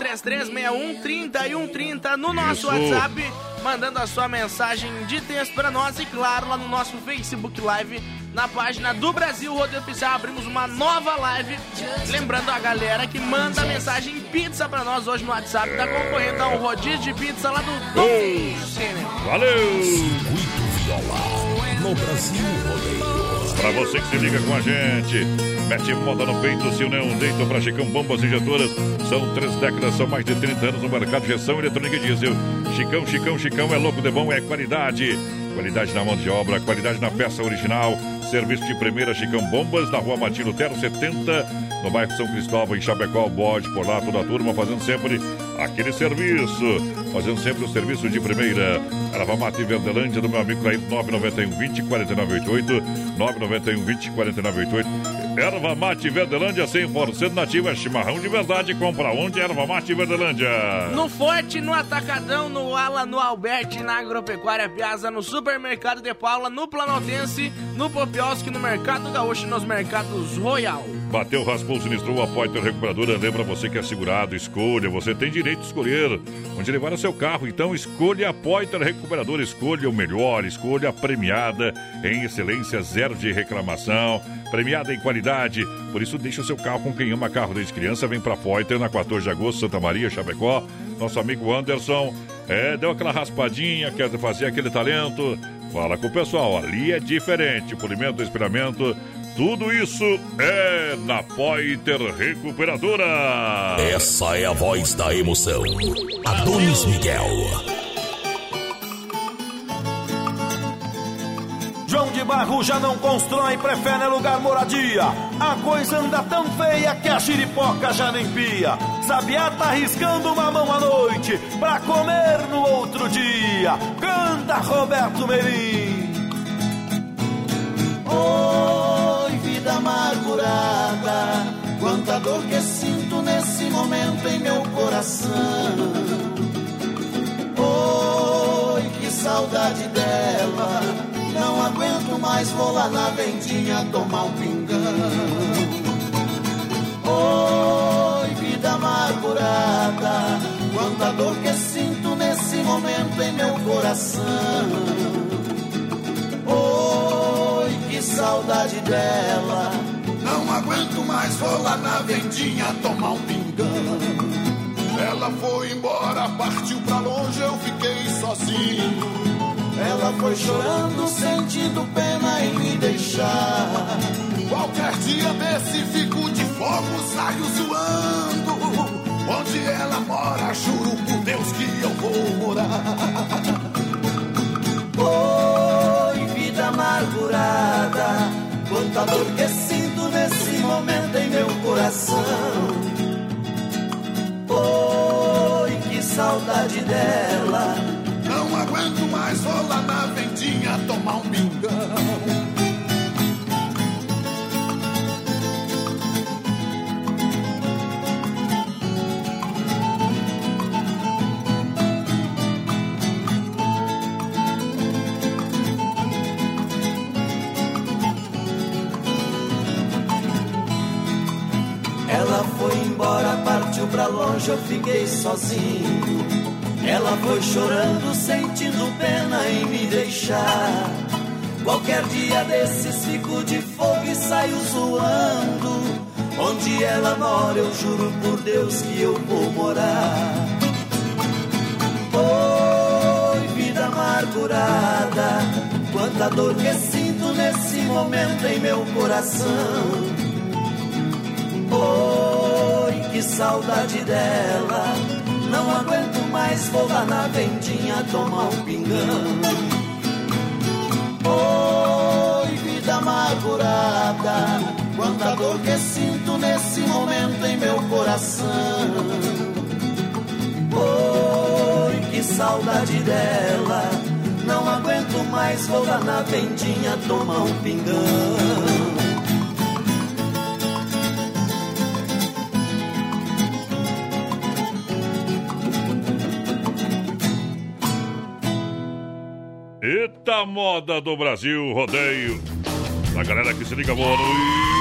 3361-3130 no nosso WhatsApp, mandando a sua mensagem de texto pra nós. E claro, lá no nosso Facebook Live, na página do Brasil Rodeio Oficial, abrimos uma nova live. Lembrando a galera que manda mensagem pizza pra nós hoje no WhatsApp. Tá concorrendo a um rodízio de pizza lá do Dom Cine. Valeu! Circuito Viola no Brasil Rodeio. Pra você que se liga com a gente, mete moda no peito, se não deito pra Chicão Bombas Injetoras. São 3 décadas, são mais de 30 anos no mercado de injeção eletrônica e diesel. Chicão é louco de bom, é qualidade. Qualidade na mão de obra, qualidade na peça original. Serviço de primeira Chicão Bombas, na Rua Martim Lutero 70, no bairro São Cristóvão, em Chapecó. Bode por lá, toda a turma fazendo sempre aquele serviço. Fazendo sempre o serviço de primeira. Erva Mate Verdelândia, do meu amigo aí, 991-20-4988. 991-20-4988. Erva Mate Verdelândia, 100% nativa, é chimarrão de verdade. Compra onde? Erva Mate Verdelândia. No Forte, no Atacadão, no Ala, no Alberti, na Agropecuária Piazza, no Supermercado de Paula, no Planaltense, no Popiosque, no Mercado Gaúcho e nos Mercados Royal. Bateu, raspou, sinistrou, a Poiter Recuperadora lembra você que é segurado. Escolha, você tem direito de escolher onde levar o seu carro. Então escolha a Poiter Recuperadora, escolha o melhor, escolha a premiada em excelência, zero de reclamação, premiada em qualidade. Por isso deixa o seu carro com quem ama carro desde criança. Vem pra Poiter na 14 de agosto, Santa Maria, Chapecó. Nosso amigo Anderson deu aquela raspadinha, quer fazer aquele talento. Fala com o pessoal, ali é diferente. Polimento, espelhamento, tudo isso é na Poiter Recuperadora. Essa é a voz da emoção. Adonis Miguel. João de Barro já não constrói, prefere lugar moradia. A coisa anda tão feia que a chiripoca já nem pia. Sabiá tá arriscando uma mão à noite pra comer no outro dia. Canta Roberto Merim. Oi, vida amargurada, quanta dor que sinto nesse momento em meu coração. Oi, que saudade dela, não aguento mais, vou lá na vendinha tomar um pingão. Oi, vida amargurada, quanta dor que sinto nesse momento em meu coração. Oi, que saudade dela, não aguento mais, vou lá na vendinha tomar um pingão. Ela foi embora, partiu pra longe, eu fiquei sozinho. Ela foi chorando, sentindo pena em me deixar. Qualquer dia desse fico de fogo, saio zoando. Onde ela mora, juro por Deus que eu vou morar. Oi, vida amargurada, quanta dor que sinto nesse momento em meu coração. Oi, que saudade dela, não aguento mais, vou lá na vendinha tomar um pingão. Ela foi embora, partiu pra longe, eu fiquei sozinho. Ela foi chorando, sentindo pena em me deixar. Qualquer dia desses fico de fogo e saio zoando. Onde ela mora, eu juro por Deus que eu vou morar. Oi, vida amargurada, quanta dor que sinto nesse momento em meu coração. Oi, que saudade dela. Não aguento mais, vou lá na vendinha tomar um pingão. Oi, vida amargurada, quanta dor que sinto nesse momento em meu coração. Oi, que saudade dela. Não aguento mais, vou lá na vendinha tomar um pingão. Eita moda do Brasil, rodeio. A galera que se liga, boa noite.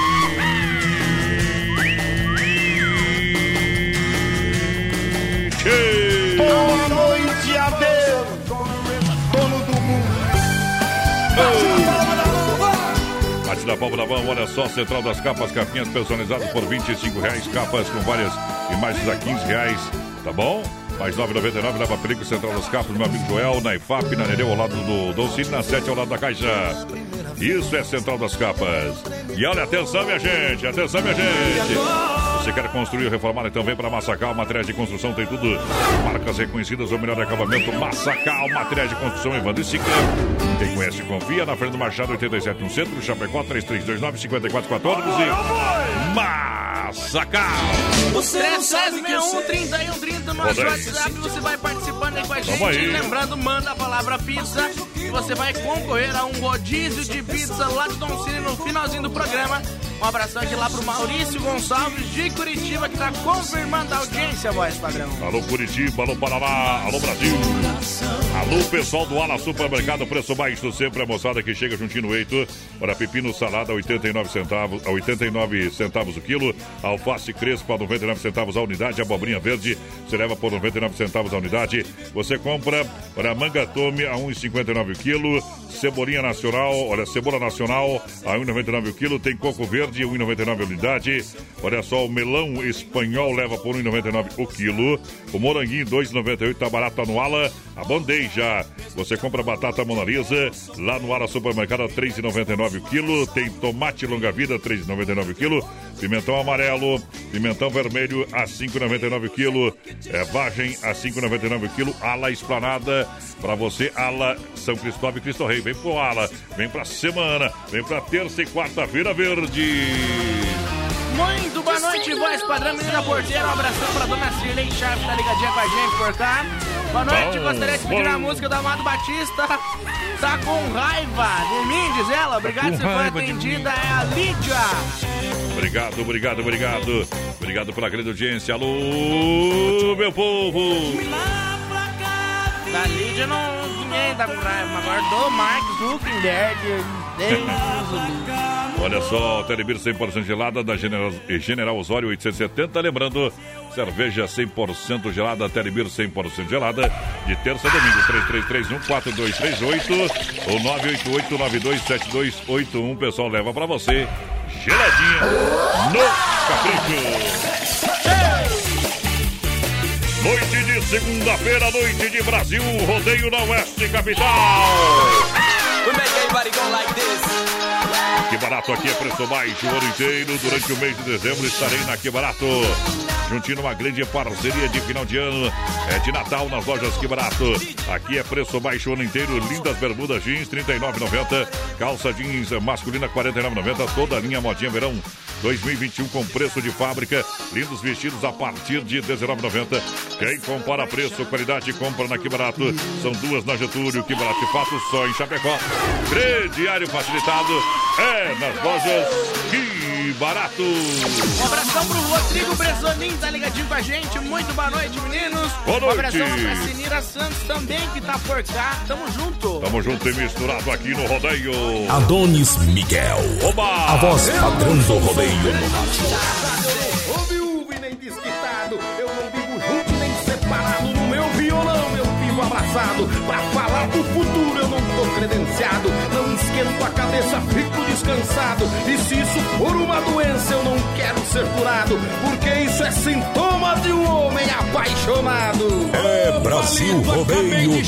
Boa noite, Abel, dono do mundo. Bate da palma da mão, olha só, Central das Capas, capinhas personalizadas por R$25, capas com várias imagens a R$15, tá bom? Mais R$9,99, leva perigo Central das Capas, meu amigo Joel, na IFAP, na Nereu, ao lado do Doncini, na 7, ao lado da Caixa. Isso é Central das Capas. E olha, atenção, minha gente, atenção, minha gente. Você quer construir ou reformar, então vem para Massacal, materiais de construção, tem tudo. Marcas reconhecidas, o melhor acabamento, Massacal, materiais de construção, Evandro e Sica. Quem conhece, confia, na Fernando Machado, 87 no centro, Chapecó, 3329-5414. Massacal. 3361-3130 no nosso WhatsApp, você vai participando aí com a gente. Lembrando, manda a palavra pizza e você vai concorrer a um rodízio de pizza lá de Doncini no finalzinho do programa. Um abração aqui lá pro Maurício Gonçalves de Curitiba, que tá confirmando a audiência, voz padrão. Alô Curitiba, alô Paraná, alô Brasil. Alô pessoal do Ala Supermercado, preço baixo sempre, a moçada que chega juntinho no eito. Para pepino salada, 89 centavos o quilo. Alface crespa, 99 centavos a unidade. Abobrinha verde, você leva por 99 centavos a unidade. Você compra para manga tome a 1,59 o quilo. Cebolinha nacional, olha, cebola nacional a 1,99 o quilo. Tem coco verde, 1,99 a unidade. Olha só, o melão espanhol leva por 1,99 o quilo. O moranguinho, 2,98, tá barato, tá no Ala. A bandeja, você compra batata Mona Lisa lá no Ala Supermercado, 3,99 o quilo. Tem tomate longa-vida, 3,99 o quilo. Pimentão amarelo, pimentão vermelho a 5,99 o quilo. Vagem a 5,99 o quilo. Ala Esplanada, pra você, Ala São Cristóvão e Cristo Rei. Vem pro Ala, vem pra semana, vem pra terça e quarta-feira verde. Muito boa noite, voz padrão, menina porteira. Um abração pra dona Cirlei Chaves, tá ligadinha com a gente por cá. Boa noite, gostaria de pedir a música do Amado Batista. Tá com raiva de mim, diz ela. Obrigado, se foi atendida, é a Lídia. Obrigado, obrigado, obrigado. Obrigado pela grande audiência. Alô, meu povo. Da Lídia ninguém tá com raiva, agora do Mark Zuckerberg. Olha só, Telebir 100% gelada da General Osório 870. Lembrando, cerveja 100% gelada, Telebir 100% gelada, de terça a domingo, 3331-4238 ou 988-927281. Pessoal, leva pra você, geladinha no Capricho. Noite de segunda-feira, noite de Brasil, rodeio na Oeste Capital. Que barato, aqui é preço baixo o ano inteiro. Durante o mês de dezembro estarei na Que Barato, juntinho uma grande parceria de final de ano, de Natal nas lojas Que Barato. Aqui é preço baixo o ano inteiro. Lindas bermudas jeans, R$ 39,90. Calça jeans masculina, R$ 49,90. Toda a linha modinha verão 2021 com preço de fábrica. Lindos vestidos a partir de R$ 19,90. Quem compara preço, qualidade, compra na Que Barato. São duas na Getúlio, Que Barato de fato, só em Chapecó. Crediário facilitado é nas lojas Que Barato. Um abração pro Rodrigo Bresonin, tá ligadinho com a gente. Muito boa noite, meninos. Boa noite. Um abração pra Sinira Santos também, que tá por cá. Tamo junto. Tamo junto e misturado aqui no rodeio. Adonis Miguel. Oba! A voz padrão do rodeio. Ô viúvo e nem desquitado, eu não vivo junto nem separado. No meu violão eu vivo abraçado. Pra falar do futuro eu não tô credenciado. Não esquento a cabeça, fico descansado. E se isso for uma doença eu não quero ser curado, porque isso é sintoma de um homem apaixonado. É Brasil Rodeio no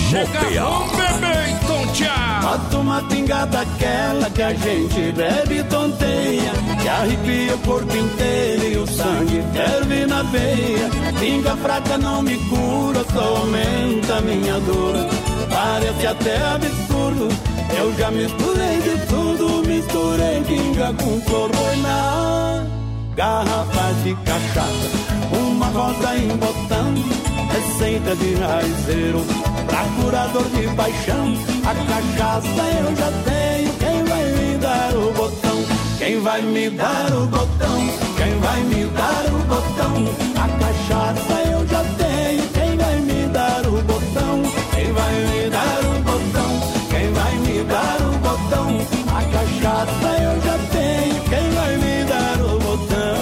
Bota uma pingada daquela que a gente bebe e tonteia, que arrepia o corpo inteiro e o sangue ferve na veia. Pinga fraca não me cura, só aumenta a minha dor. Parece até absurdo, eu já misturei de tudo. Misturei pinga com flor. Foi na garrafa de cachaça, uma rosa em botão, receita de raizeiro, pra curador de paixão. A cachaça eu já tenho, quem vai me dar o botão? Quem vai me dar o botão? Quem vai me dar o botão? A cachaça eu já tenho, quem vai me dar o botão? Quem vai me dar o botão? Quem vai me dar o botão? A cachaça eu já tenho, quem vai me dar o botão?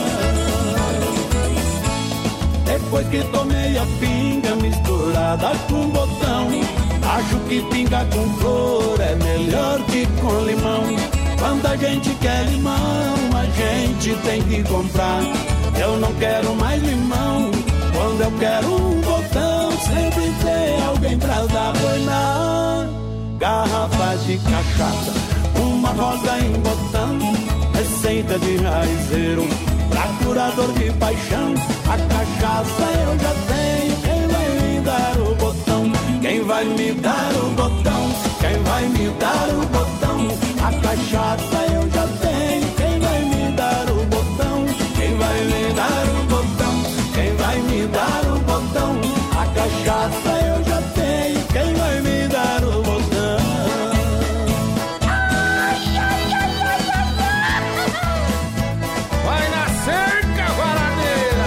Depois que tomei a pinga misturada com botão, acho que pinga com flor é melhor que com limão. Quando a gente quer limão, a gente tem que comprar. Eu não quero mais limão, quando eu quero um botão, sempre tem alguém pra dar. Foi na garrafa de cachaça, uma rosa em botão, receita de raizeiro, pra curador de paixão. A cachaça eu já tenho, quem vai me dar o botão? Quem vai me dar o botão? Quem vai me dar o botão? A cachaça eu já tenho, quem vai me dar o botão? Quem vai me dar o botão? Quem vai me dar o botão? A cachaça eu já tenho, quem vai me dar o botão? Vai na cerca, varadeira!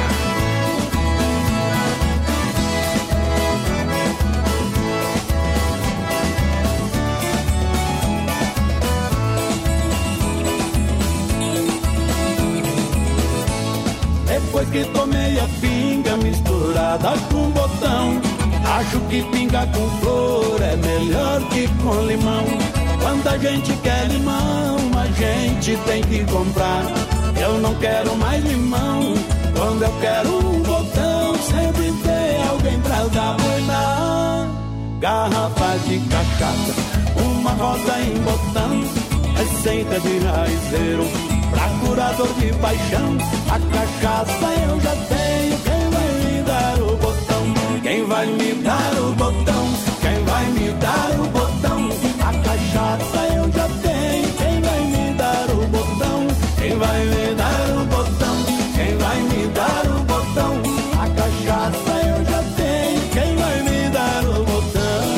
Depois que tomei a pinga misturada com botão, acho que pinga com flor é melhor que com limão. Quando a gente quer limão, a gente tem que comprar. Eu não quero mais limão, quando eu quero um botão, sempre tem alguém pra dar. Foi na garrafa de cachaça, uma rosa em botão, receita de raizeiro, pra curador de paixão. A cachaça eu já tenho, quem vai me dar o botão? Quem vai me dar o botão? Quem vai me dar o botão? A cachaça eu já tenho, quem vai me dar o botão? Quem vai me dar o botão? Quem vai me dar o botão? A cachaça eu já tenho, quem vai me dar o botão?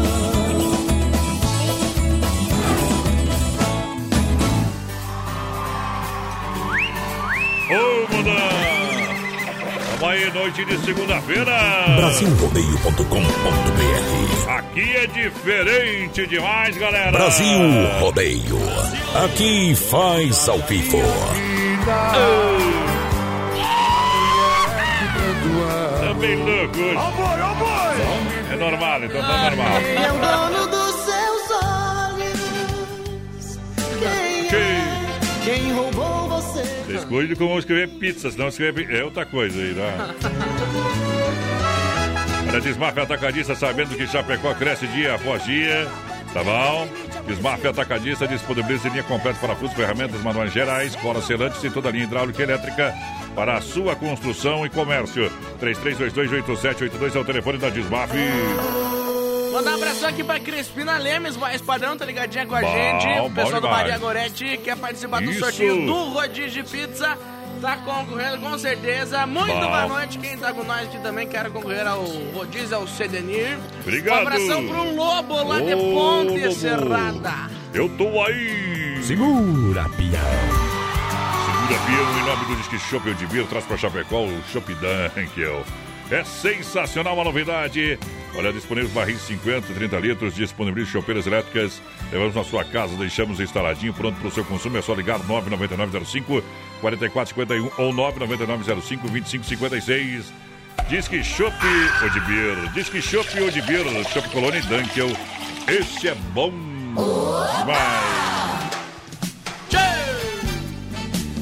Ô, mudar! Vamos aí, noite de segunda-feira. Brasilrodeio.com.br. Aqui é diferente demais, galera. Brasil Rodeio. Aqui faz ao vivo. Também louco hoje. É normal, então tá normal. É o dono dos seus olhos. Quem roubou você? Vocês cuidem de como escrever pizza, senão escrever é outra coisa aí, tá? Olha, Desmafia Atacadista, sabendo que Chapecó cresce dia após dia, tá bom? Desmafia Atacadista disponibiliza linha completa para parafusos, ferramentas manuais gerais, coras selantes e toda a linha hidráulica e elétrica para a sua construção e comércio. 33228782 é o telefone da Desmafia. Mandar um abraço aqui pra Crispina Lemes, voz padrão, tá ligadinha com a gente. O pessoal do Maria Goretti quer participar do sorteio do rodízio de pizza. Tá concorrendo com certeza. Muito boa noite. Quem tá com nós aqui também quer concorrer ao rodízio, ao Cedenir. Obrigado. Um abração pro Lobo lá de Ponte Lobo. Serrada. Eu tô aí. Segura, pião. Segura, pião. Em nome do Disque Shop Odibir, traz pra Chapecó o Shop Dunkel. É sensacional a novidade. Olha, disponíveis barris 50, 30 litros, disponibiliza chopeiras elétricas. Levamos na sua casa, deixamos instaladinho, pronto para o seu consumo. É só ligar 99905-4451 ou 99905-2556. Disque Shop Odibir. Disque Shop Odibir, Shop Colônia e Dunkel. Esse é bom demais.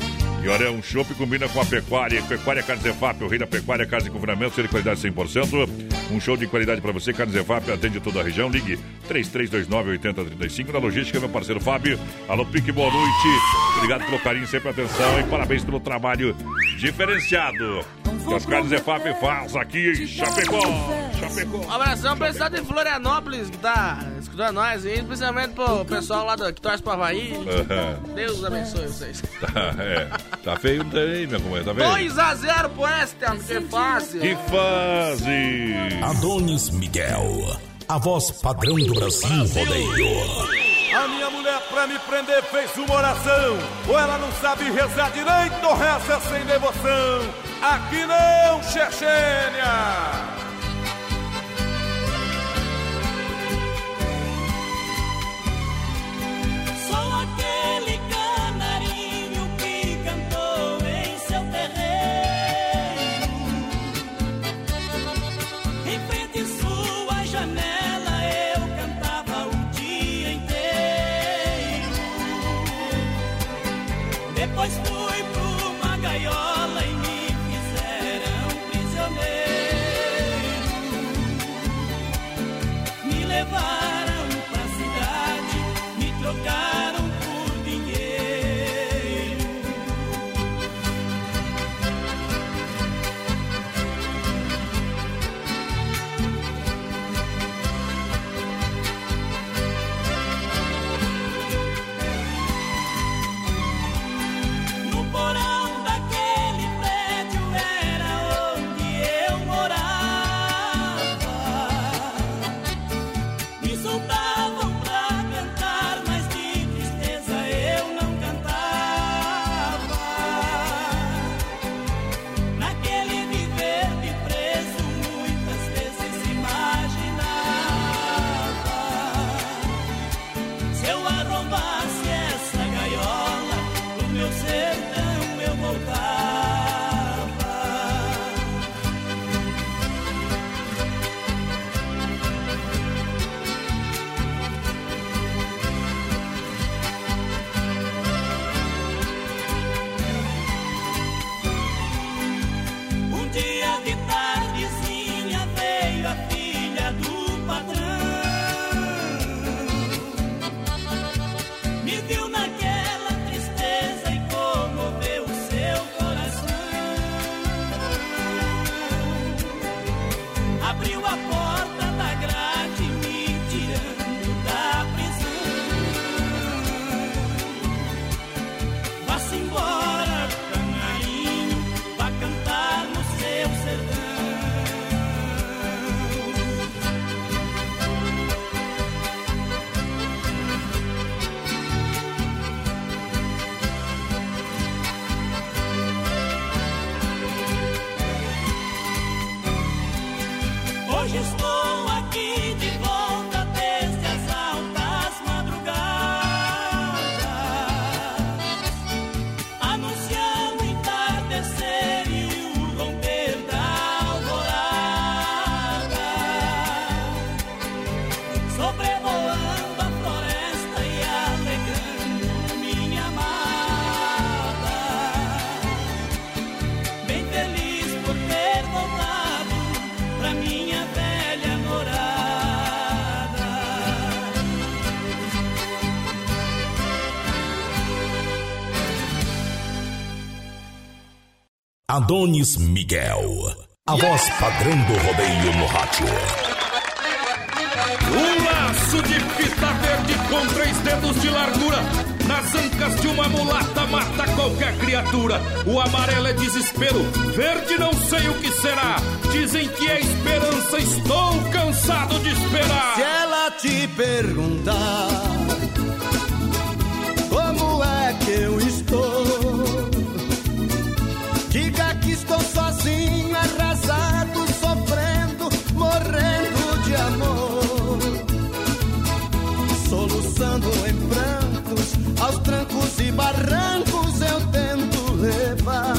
E olha, um chopp combina com a pecuária. Pecuária Carnes EFAP, o rei da pecuária, carne de confinamento, de qualidade 100%. Um show de qualidade para você. Carnes EFAP atende toda a região. Ligue 3329-8035. Na logística, meu parceiro Fábio. Alô, Pique, boa noite. Obrigado pelo carinho, sempre atenção. E parabéns pelo trabalho diferenciado que as Carnes EFAP faz aqui em Chapecó. Um abração pro pessoal de Florianópolis que tá escutando nós aí, especialmente pro pessoal lá que torce pro Havaí. Deus abençoe vocês. Tá feio aí, minha companheira, tá feio? 2-0 pro Estel, que fase. Que fase. Adonis Miguel, a voz padrão do Brasil Rodeio. A minha mulher pra me prender fez uma oração. Ou ela não sabe rezar direito ou reza sem devoção. Aqui não, Chechênia. Sou aquele canarinho que cantou em seu terreiro. Em frente à sua janela eu cantava o dia inteiro. Depois fui pra uma gaiola e me fizeram prisioneiro. Me levaram pra cidade, me trocaram por dinheiro. No porão daquele prédio era onde eu morava. Me soltavam pra cantar, mas de tristeza eu não cantava. Naquele viver de preso muitas vezes imaginava: se eu arrombasse essa gaiola, pro meu sertão eu voltava. Um dia de tardezinha veio a filha do patrão. Me viu naquela tristeza e comoveu o seu coração. Abriu a porta da grade me tirando da prisão. Vá-se embora, canarinho, vá cantar no seu sertão. Hoje estou aqui de volta desde as altas madrugadas, anunciando o entardecer e o romper da alvorada, sobrevoando a floresta e alegrando minha amada, bem feliz por ter voltado pra minha velha morada. Adonis Miguel, a voz padrão do rodeio no rádio. Um laço de fita verde com 3 dedos de largura, nas ancas de uma mulata mata qualquer criatura. O amarelo é desespero, verde não sei o que será. Dizem que é esperança, estou cansado de esperar. Se ela te perguntar como é que eu estou, diga que estou sozinho, arrasado, sofrendo, morrendo de amor, soluçando em prantos, aos trancos e barrancos eu tento levar.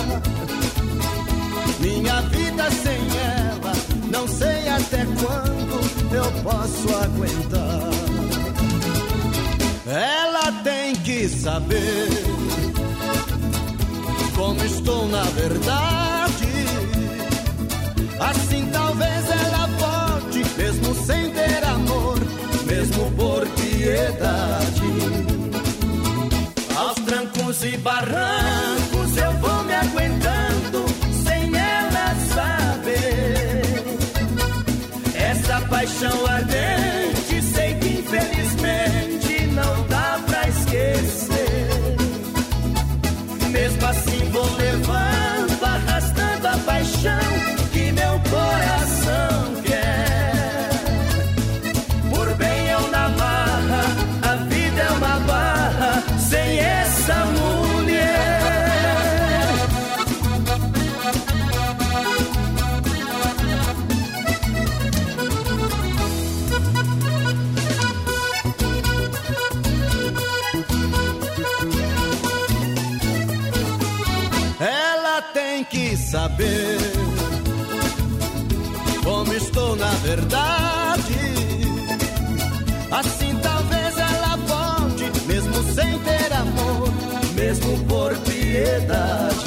Minha vida sem ela, não sei até quando eu posso aguentar. Ela tem que saber verdade. Assim talvez ela volte, mesmo sem ter amor, mesmo por piedade. Aos trancos e barrancos eu vou me aguentando, sem ela saber. Essa paixão ardente, sei que infelizmente não dá pra esquecer. Mesmo assim vou levando, arrastando a paixão que meu coração quer. Por bem eu na marra, a vida é uma barra sem essa mulher. Ela tem que saber como estou na verdade. Assim talvez ela volte, mesmo sem ter amor, mesmo por piedade.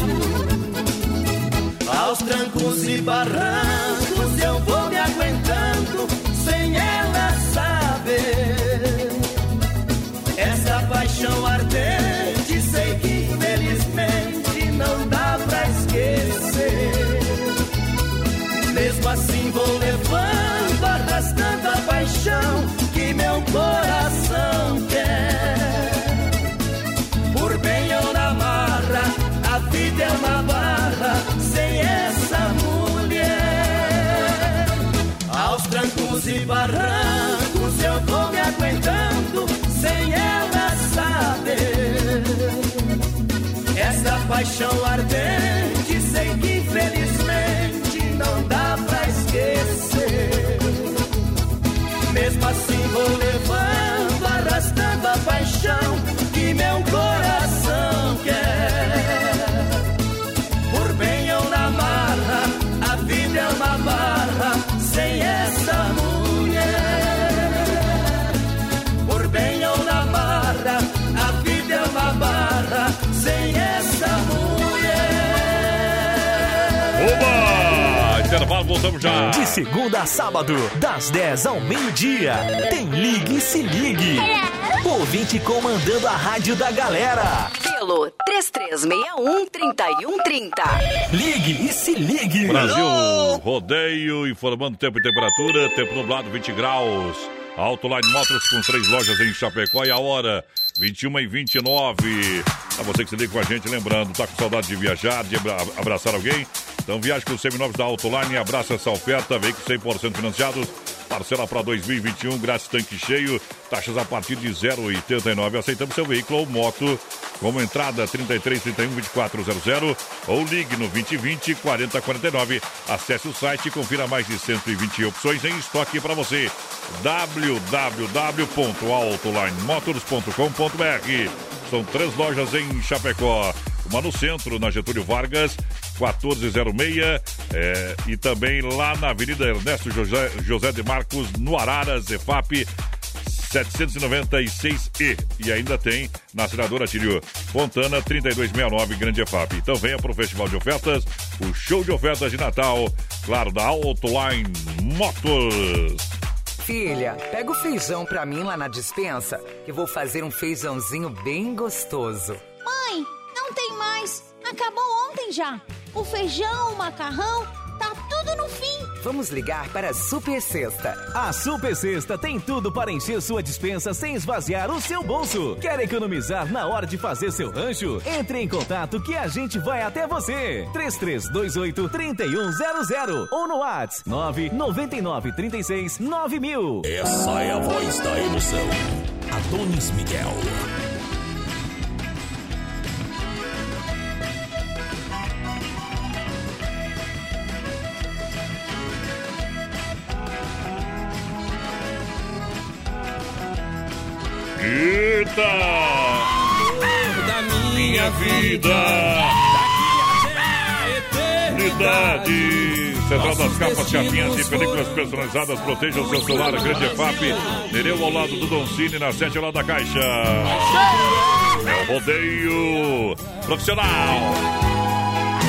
Aos trancos e barrancos eu vou me aguentando, sem ela saber. Essa paixão ardente, sei que infelizmente não dá pra esquecer. Mesmo assim vou levando, arrastando a paixão que meu coração quer. Por bem ou na marra, a vida é uma barra sem essa mulher. Aos trancos e barrancos eu vou me aguentando, sem ela saber. Essa paixão ardente, sei que infelizmente não dá pra esquecer. Mesmo assim vou levando, arrastando a paixão que meu coração quer. Por bem ou na marra, a vida é uma barra sem essa mulher. Por bem ou na marra, a vida é uma barra sem essa mulher. Oba! Intervalo, voltamos já. De segunda a sábado, das 10 ao meio-dia, tem Ligue e Se Ligue. Ouvinte comandando a rádio da galera. Pelo 3361-3130. Ligue e Se Ligue. Brasil Rodeio, informando tempo e temperatura. Tempo nublado, 20 graus. Autoline Motors com 3 lojas em Chapecó e a hora 21h29. Pra você que se liga com a gente, lembrando, tá com saudade de viajar, de abraçar alguém? Então viaje com os seminovos da Autoline e abraça essa oferta. Veículos 100% financiados. Parcela para 2021, grátis tanque cheio. Taxas a partir de 0,89. Aceitamos seu veículo ou moto. Como entrada 3331-2400 ou ligue no 2020-4049. Acesse o site e confira mais de 120 opções em estoque para você. www.autolinemotors.com.br. São 3 lojas em Chapecó. Uma no centro, na Getúlio Vargas, 1406. E também lá na Avenida Ernesto José de Marcos, no Araras, EFAP 796E. E ainda tem na Senadora Tírio Fontana, 3269, Grande EFAP. Então venha para o Festival de Ofertas, o show de ofertas de Natal, claro, da Autoline Motors. Filha, pega o feijão pra mim lá na despensa, que vou fazer um feijãozinho bem gostoso. Mãe, não tem mais. Acabou ontem já. O feijão, o macarrão, tá tudo no fim. Vamos ligar para a Super Sexta. A Super Sexta tem tudo para encher sua despensa sem esvaziar o seu bolso. Quer economizar na hora de fazer seu rancho? Entre em contato que a gente vai até você. 3328-3100 ou no WhatsApp 999369000. Essa é a voz da emoção. Adonis Miguel. Eita! Da minha vida, eternidade. Central das Capas, capinhas e películas personalizadas. Proteja o seu celular. Grande EFAP. Nereu ao lado do Don Cine, na 7 ao lado da Caixa. É o rodeio profissional.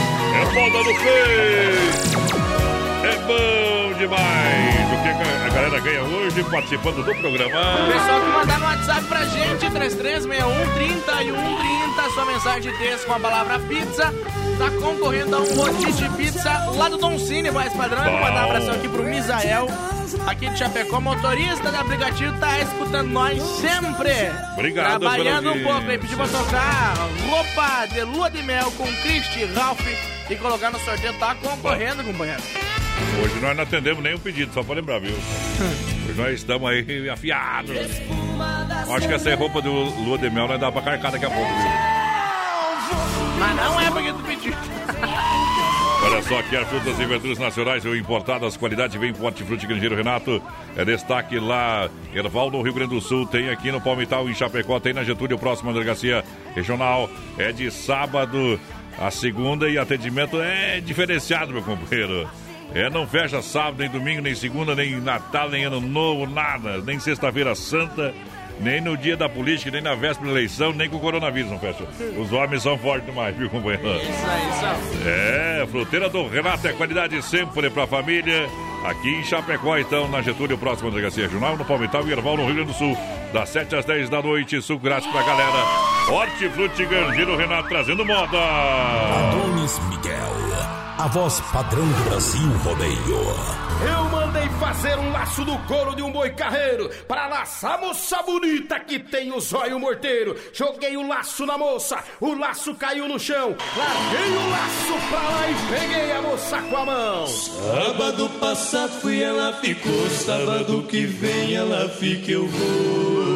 moda do peito. É bom demais. O que a galera ganha hoje participando do programa? O pessoal que mandar no WhatsApp pra gente, 3361-3130, sua mensagem de texto com a palavra pizza, tá concorrendo a um rodízio de pizza lá do Don Cine, voz padrão. Vou mandar um abração aqui pro Misael, aqui de Chapecó, motorista do aplicativo, tá escutando nós sempre. Obrigado. Trabalhando um pouco aí, pediu pra tocar Roupa de Lua de Mel com Cristi Ralph e colocar no sorteio, tá concorrendo, companheiro. Hoje nós não atendemos nenhum pedido, só pra lembrar, viu? Hoje nós estamos aí afiados. Acho que essa é roupa do Lua de Mel, nós dá pra carcar daqui a pouco, viu? Mas não é porque tu pediu. Olha só, quer frutas e verduras nacionais ou importadas, qualidade vem forte, Hortifruti Grangeiro Renato. É destaque lá, Erval, no Rio Grande do Sul, tem aqui no Palmital, em Chapecó, tem na Getúlio, próxima delegacia regional. É de sábado a segunda e atendimento é diferenciado, meu companheiro. Não fecha sábado, nem domingo, nem segunda, nem Natal, nem Ano Novo, nada. Nem Sexta-feira Santa, nem no dia da política, nem na véspera da eleição, nem com o coronavírus não fecha. Os homens são fortes demais, viu, companheiro? Isso. Fruteira do Renato é qualidade sempre pra família. Aqui em Chapecó, então, na Getúlio, próxima delegacia regional, no Palmital e Erval, no Rio Grande do Sul. Das 7 às 10 da noite, suco grátis pra galera. Hortifruti Grangeiro Renato trazendo moda. Adonis Miguel, a voz padrão do Brasil Rodeio. Eu mandei fazer um laço do couro de um boi carreiro para laçar a moça bonita que tem o zóio morteiro. Joguei o laço na moça, o laço caiu no chão. Larguei o laço pra lá e peguei a moça com a mão. Sábado passado fui, ela ficou. Sábado que vem ela fica, eu vou.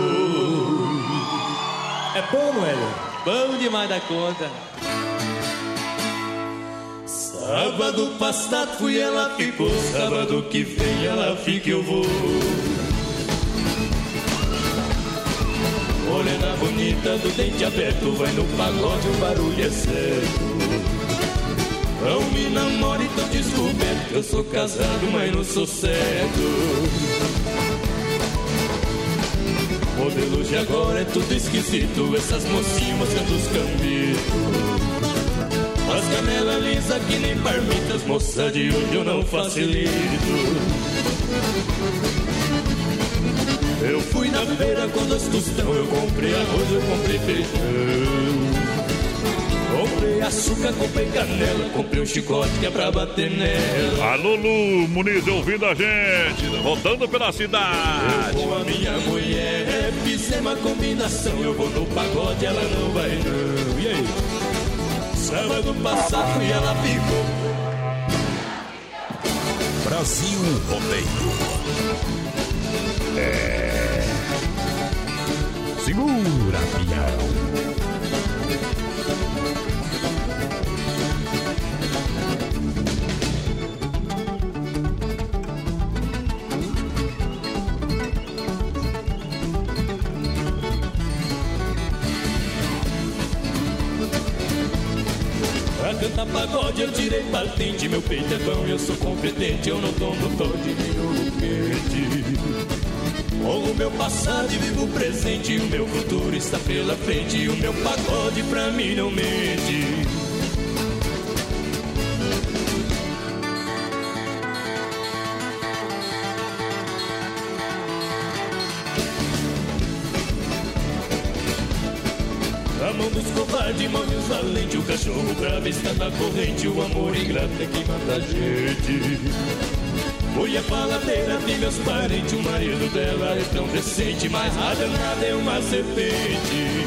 É bom, Noélio? Bom demais da conta. Sábado passado fui, ela ficou. Sábado que vem ela fica, eu vou. Morena bonita do dente aberto, vai no pagode, o barulho é certo. Não me namore, tô descoberto. Eu sou casado, mas não sou certo. Modelo de agora é tudo esquisito. Essas mocinhas mostrando os cambitos. As canelas lisas que nem parmitas, moça de hoje eu não facilito. Eu fui na feira com 2 tostão, eu comprei arroz, eu comprei feijão. Comprei açúcar, comprei canela, comprei um chicote que é pra bater nela. A Lulu Muniz ouvindo a gente, rodando pela cidade. Eu com a minha mulher, fizemos uma combinação. Eu vou no pagode, ela não vai não. E aí? Sábado passado e ela ficou. Brasil Rodeio. Segura, pião. Canta pagode, eu tirei patente. Meu peito é bom, eu sou competente. Eu não tomo Todd nem ouro quente. Com o meu passado e vivo o presente. O meu futuro está pela frente. O meu pagode pra mim não mente. A mão dos covardes, mão dos valentes. O cachorro bravo está na corrente. O amor ingrato é quem mata a gente. Fui a faladeira de meus parentes. O marido dela é tão decente, mas a danada é uma serpente.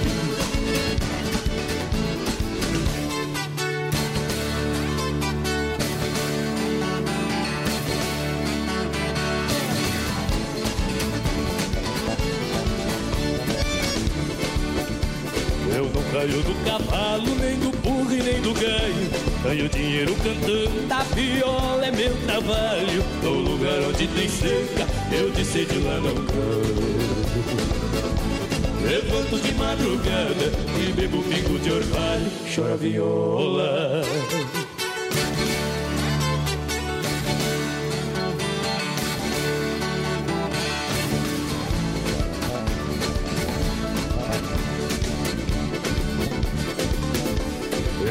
Eu não caio do cavalo, nem do burro e nem do ganho. Ganho dinheiro cantando, da viola é meu trabalho. No lugar onde tem seca, eu disse de lá não canto. Levanto de madrugada e bebo pingo de orvalho. Chora viola.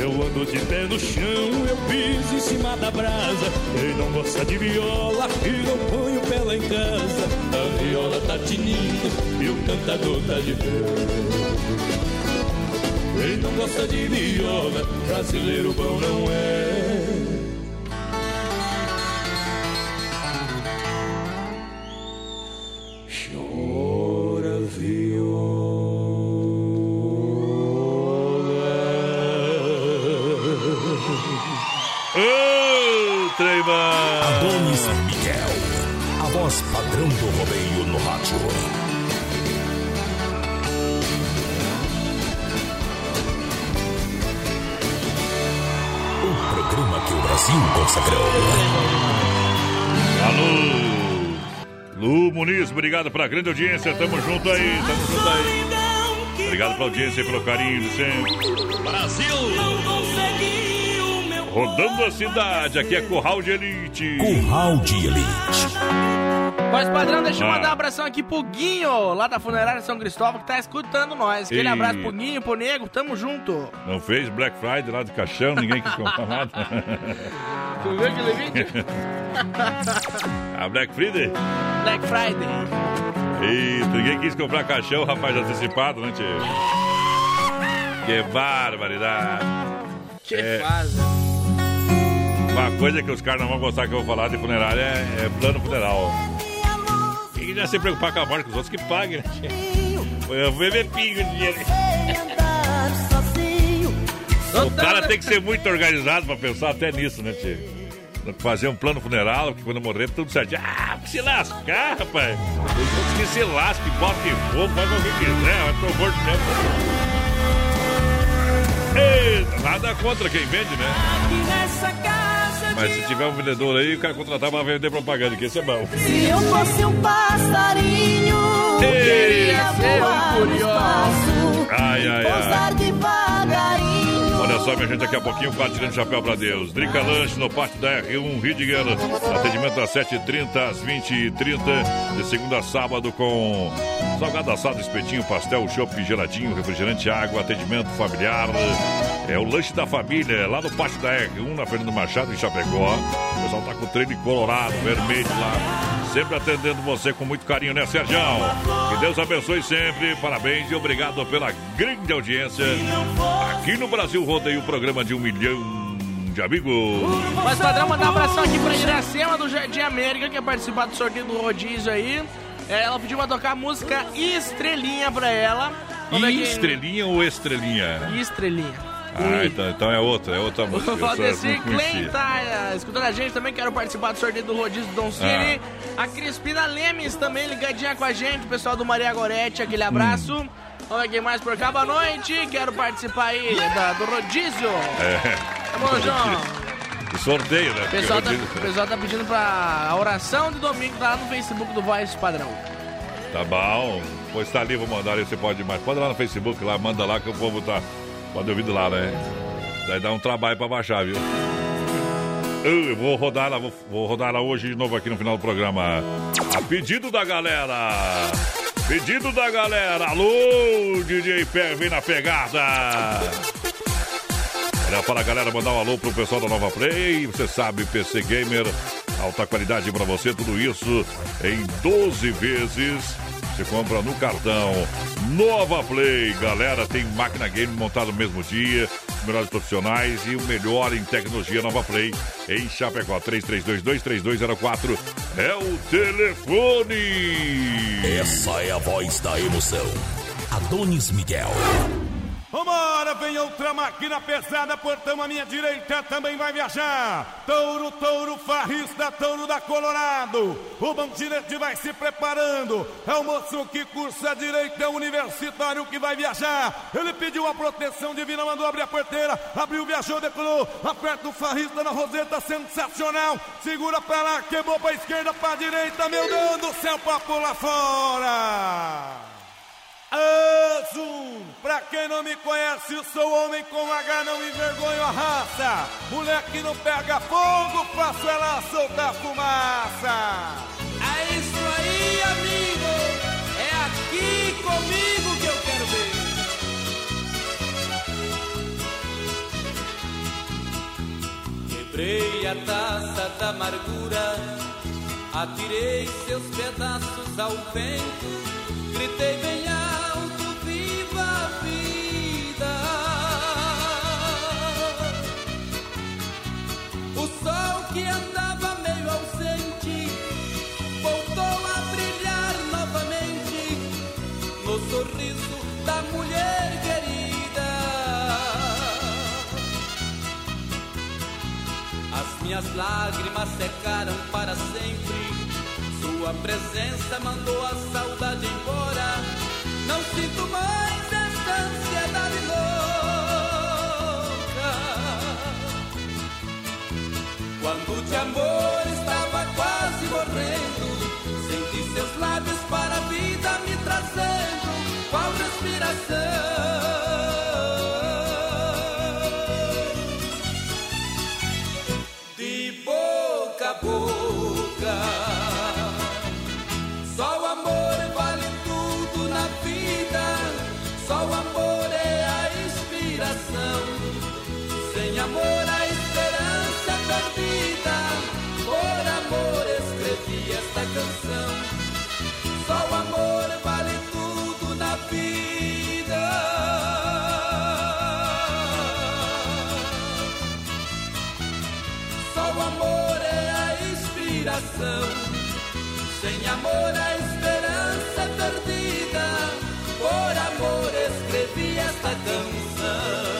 Eu ando de pé no chão, eu piso em cima da brasa. Quem não gosta de viola, e não põe o pé lá em casa. A viola tá tinindo e o cantador tá de pé. Quem não gosta de viola, brasileiro bom não é. Chora viola. Adonis Miguel, a voz padrão do rodeio no rádio. O programa que o Brasil consagrou. Alô, Lu Muniz, obrigado pela grande audiência. Tamo junto aí, tamo junto aí. Obrigado pela audiência e pelo carinho de sempre. Brasil! Rodando a cidade, aqui é Curral de Elite. Curral de Elite. Voz padrão, deixa eu mandar um abração aqui pro Guinho, lá da Funerária São Cristóvão, que tá escutando nós. Aquele abraço pro Guinho, pro Nego, tamo junto. Não fez Black Friday lá de caixão, ninguém quis comprar nada. Tu viu aquele vídeo? A Black Friday? Black Friday. Eita, ninguém quis comprar caixão, rapaz, antecipado, né, tio? Que barbaridade. Que fase. Uma coisa que os caras não vão gostar que eu vou falar de funerária é plano funeral. Quem já se preocupar com a morte, com os outros que paguem, né? Eu vou beber pingo de dinheiro. O cara tem que ser muito organizado pra pensar até nisso, né, tio? Fazer um plano funeral, porque quando morrer tudo certinho. Ah, se lascar, rapaz. Os outros que se lasquem, botem fogo, faz o que quiser, vai pro morto mesmo. Eita, nada contra quem vende, né? Mas se tiver um vendedor aí, o cara contratar pra vender propaganda, que esse é bom. Se eu fosse um passarinho, queria voar no espaço, ai, ai, pousar devagarinho. Olha só, minha gente, daqui a pouquinho o quadro Tirando Chapéu pra Deus. Drica Lanche no pátio da R1 Ridiger. Atendimento das 7h30 às 20h30. De segunda a sábado com salgado assado, espetinho, pastel, chopp, geladinho, refrigerante, água, atendimento familiar. É o lanche da família, lá no pátio da R1, na Fernando Machado, em Chapecó. O pessoal tá com o trem colorado, vermelho lá. Sempre atendendo você com muito carinho, né, Sergião? Que Deus abençoe sempre. Parabéns e obrigado pela grande audiência. Aqui no Brasil Rodeio, o programa de 1 milhão de amigos. Mas, padrão, mandar um abração aqui pra Iracema do Jardim América, que ia participar do sorteio do rodízio aí. Ela pediu pra tocar a música Estrelinha pra ela. Estrelinha ou Estrelinha? Estrelinha. Ah, então é outra música. O Valdecir Klein tá escutando a gente também, quero participar do sorteio do rodízio do Don Cine. A Crispina Lemes também ligadinha com a gente, o pessoal do Maria Gorete, aquele abraço. Vamos ver quem mais por cá, boa noite, quero participar aí do rodízio. Vamos, João. O sorteio, né? O pessoal tá pedindo pra a oração de domingo, tá lá no Facebook do Voz Padrão. Tá bom, pois tá ali, vou mandar ali, você pode ir mais. Pode ir lá no Facebook, lá, manda lá que o povo tá... Pode ouvir lá, né? Daí dá um trabalho pra baixar, viu? Eu vou rodar lá hoje de novo aqui no final do programa. A pedido da galera. Pedido da galera. Alô, DJ Pé, vem na pegada. Olha para a galera mandar um alô pro pessoal da Nova Play. Você sabe, PC Gamer, alta qualidade pra você, tudo isso em 12 vezes. Você compra no cartão. Nova Play, galera, tem máquina game montada no mesmo dia, melhores profissionais e o melhor em tecnologia. Nova Play em Chapecó. 3322-3204 é o telefone. Essa é a voz da emoção. Adonis Miguel. Vambora, vem outra máquina pesada, portão à minha direita também vai viajar. Touro, touro, farrista, touro da Colorado. O bandirete vai se preparando. É o moço que cursa a direita, é o universitário que vai viajar. Ele pediu a proteção divina, mandou abrir a porteira. Abriu, viajou, decolou. Aperta o farrista na roseta, sensacional. Segura pra lá, quebrou pra esquerda, pra direita. Meu Deus do céu, pra pular fora. Azul, pra quem não me conhece, eu sou homem com H, não envergonho a raça. Moleque não pega fogo, faço ela soltar fumaça. É isso aí, amigo, é aqui comigo que eu quero ver. Quebrei a taça da amargura, atirei seus pedaços ao vento, gritei bem alto, viva a vida. O sol que andava meio ausente voltou a brilhar novamente no sorriso da mulher querida. As minhas lágrimas secaram para sempre, sua presença mandou a saudade embora. Não sinto mais esta ansiedade louca. Quando de amor estava quase morrendo, senti seus lábios para a vida me trazendo, qual respiração. De boca a boca, só o amor vale tudo na vida, só o amor é a inspiração. Sem amor a esperança é perdida, por amor escrevi esta canção. Só o amor vale tudo na vida. Só o amor é a inspiração. Sem amor a esperança é perdida, por amor escrevi esta canção.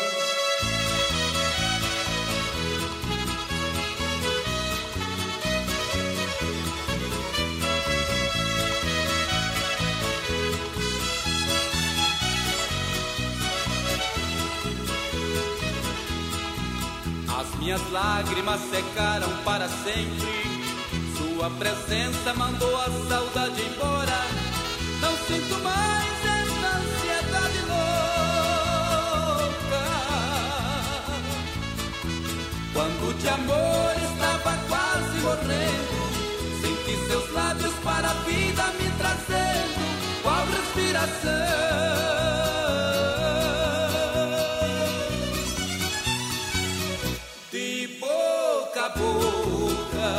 As minhas lágrimas secaram para sempre, sua presença mandou a saudade embora. Não sinto mais esta ansiedade louca. Quando de amor estava quase morrendo, senti seus lábios para a vida me trazendo, qual respiração. De boca a boca,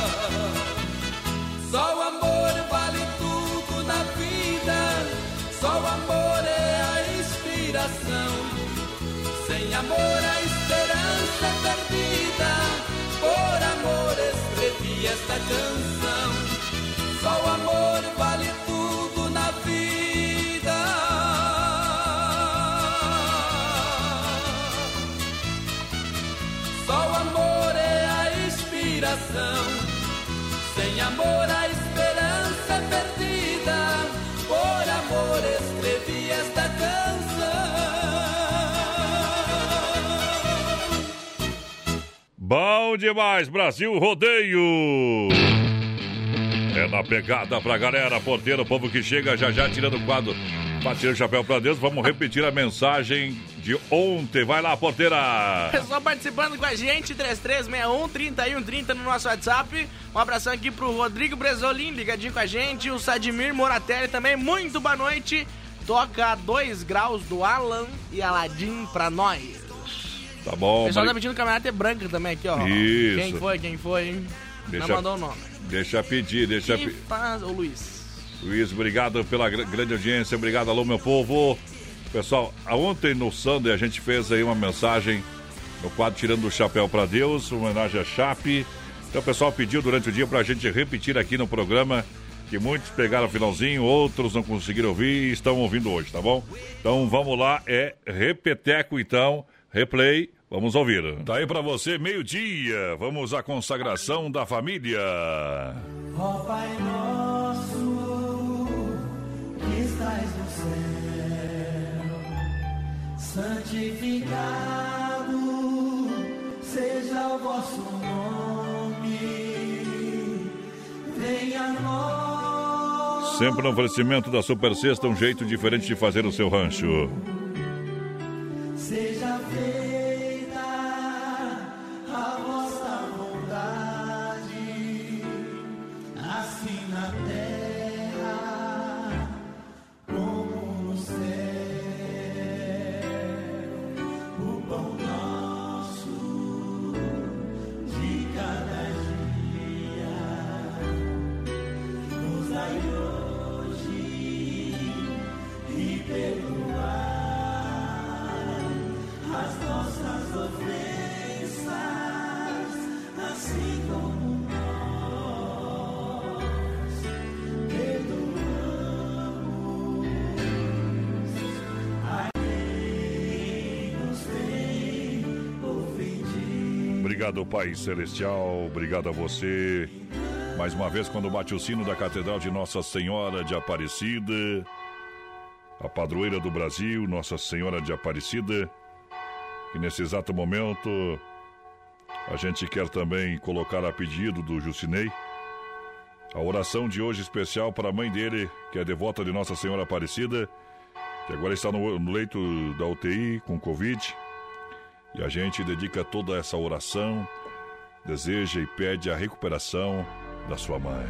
só o amor vale tudo na vida, só o amor é a inspiração. Sem amor a esperança é perdida, por amor escrevi esta canção. Só o amor vale tudo na vida. Só o amor é a inspiração. Sem amor a esperança é perdida, por amor escrevi esta canção. Bom demais, Brasil Rodeio! É na pegada pra galera, porteiro, o povo que chega já já tirando o quadro, batendo o chapéu pra Deus. Vamos repetir a mensagem de ontem. Vai lá, porteira! Pessoal participando com a gente, 3361-3130 no nosso WhatsApp. Um abração aqui pro Rodrigo Bresolim, ligadinho com a gente. O Sadimir Moratelli também, muito boa noite. Toca 2 graus do Alan e Aladim pra nós. Tá bom. O pessoal tá pedindo caminhonete branca também aqui, ó. Isso. Quem foi, hein? Não mandou o nome. Deixa pedir, deixa pedir. Ô, Luiz. Luiz, obrigado pela grande audiência, obrigado, alô, meu povo. Pessoal, ontem no Sunday a gente fez aí uma mensagem no quadro Tirando o Chapéu pra Deus, uma homenagem a Chape. Então o pessoal pediu durante o dia pra gente repetir aqui no programa, que muitos pegaram o finalzinho, outros não conseguiram ouvir e estão ouvindo hoje, tá bom? Então vamos lá, é repeteco então, replay. Vamos ouvir. Tá aí pra você, meio-dia. Vamos à consagração da família. Ó Pai nosso, que estás no céu, santificado seja o vosso nome. Venha a nós. Sempre no oferecimento da Super Sexta, um jeito diferente de fazer o seu rancho. Seja feita a vossa vontade, assim na terra como no céu. O pão nosso nossas ofensas, assim como nós perdoamos a quem nos tem ofendido. Obrigado, Pai Celestial, obrigado a você. Mais uma vez, quando bate o sino da Catedral de Nossa Senhora de Aparecida, a padroeira do Brasil, Nossa Senhora de Aparecida, que nesse exato momento a gente quer também colocar a pedido do Jucinei a oração de hoje especial para a mãe dele, que é devota de Nossa Senhora Aparecida, que agora está no leito da UTI com Covid, e a gente dedica toda essa oração, deseja e pede a recuperação da sua mãe.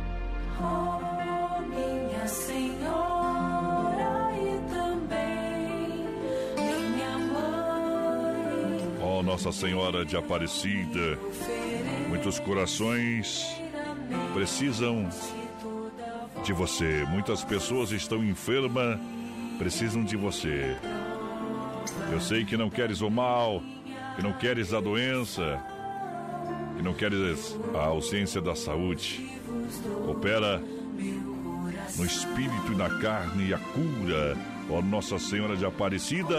Oh, minha Senhora e também minha mãe. Oh, Nossa Senhora de Aparecida, muitos corações precisam de você. Muitas pessoas estão enfermas, precisam de você. Eu sei que não queres o mal, que não queres a doença, que não queres a ausência da saúde. Opera no espírito e na carne e a cura, ó Nossa Senhora de Aparecida.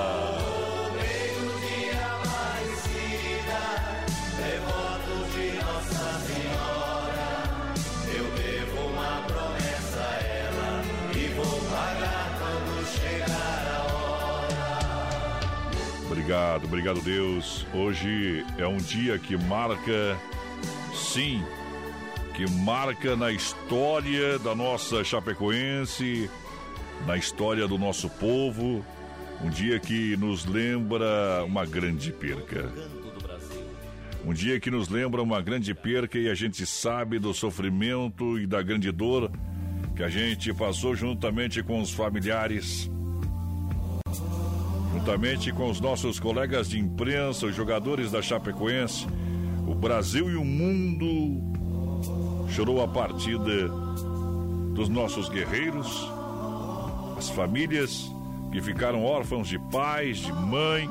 Devoto de Nossa Senhora, eu devo uma promessa a ela e vou pagar quando chegar a hora. Obrigado, obrigado, Deus. Hoje é um dia que marca, sim, que marca na história da nossa Chapecoense, na história do nosso povo, um dia que nos lembra uma grande perca. Um dia que nos lembra uma grande perca e a gente sabe do sofrimento e da grande dor que a gente passou juntamente com os familiares, juntamente com os nossos colegas de imprensa, os jogadores da Chapecoense. O Brasil e o mundo chorou a partida dos nossos guerreiros, as famílias que ficaram órfãos de pais, de mãe.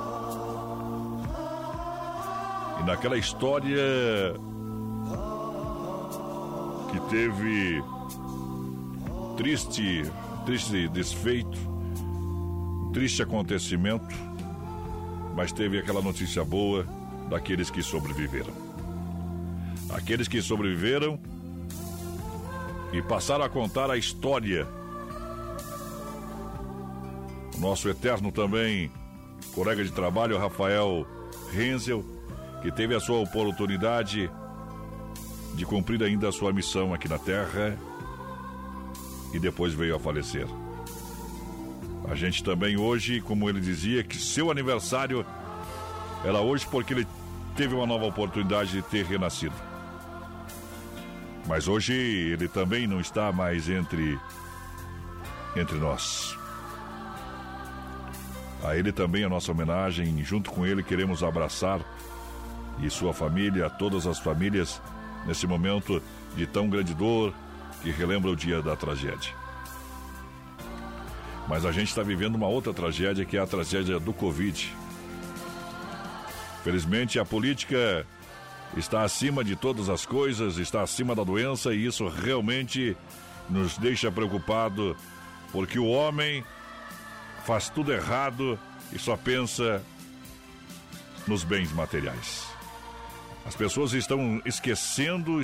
E naquela história que teve triste desfeito, triste acontecimento, mas teve aquela notícia boa daqueles que sobreviveram. Aqueles que sobreviveram e passaram a contar a história. O nosso eterno também colega de trabalho, Rafael Renzel, que teve a sua oportunidade de cumprir ainda a sua missão aqui na Terra e depois veio a falecer. A gente também hoje, como ele dizia, que seu aniversário era hoje porque ele teve uma nova oportunidade de ter renascido. Mas hoje ele também não está mais entre nós. A ele também a nossa homenagem, junto com ele queremos abraçar e sua família, todas as famílias, nesse momento de tão grande dor que relembra o dia da tragédia. Mas a gente está vivendo uma outra tragédia, que é a tragédia do Covid. Felizmente a política está acima de todas as coisas, está acima da doença, e isso realmente nos deixa preocupado, porque o homem faz tudo errado e só pensa nos bens materiais. As pessoas estão esquecendo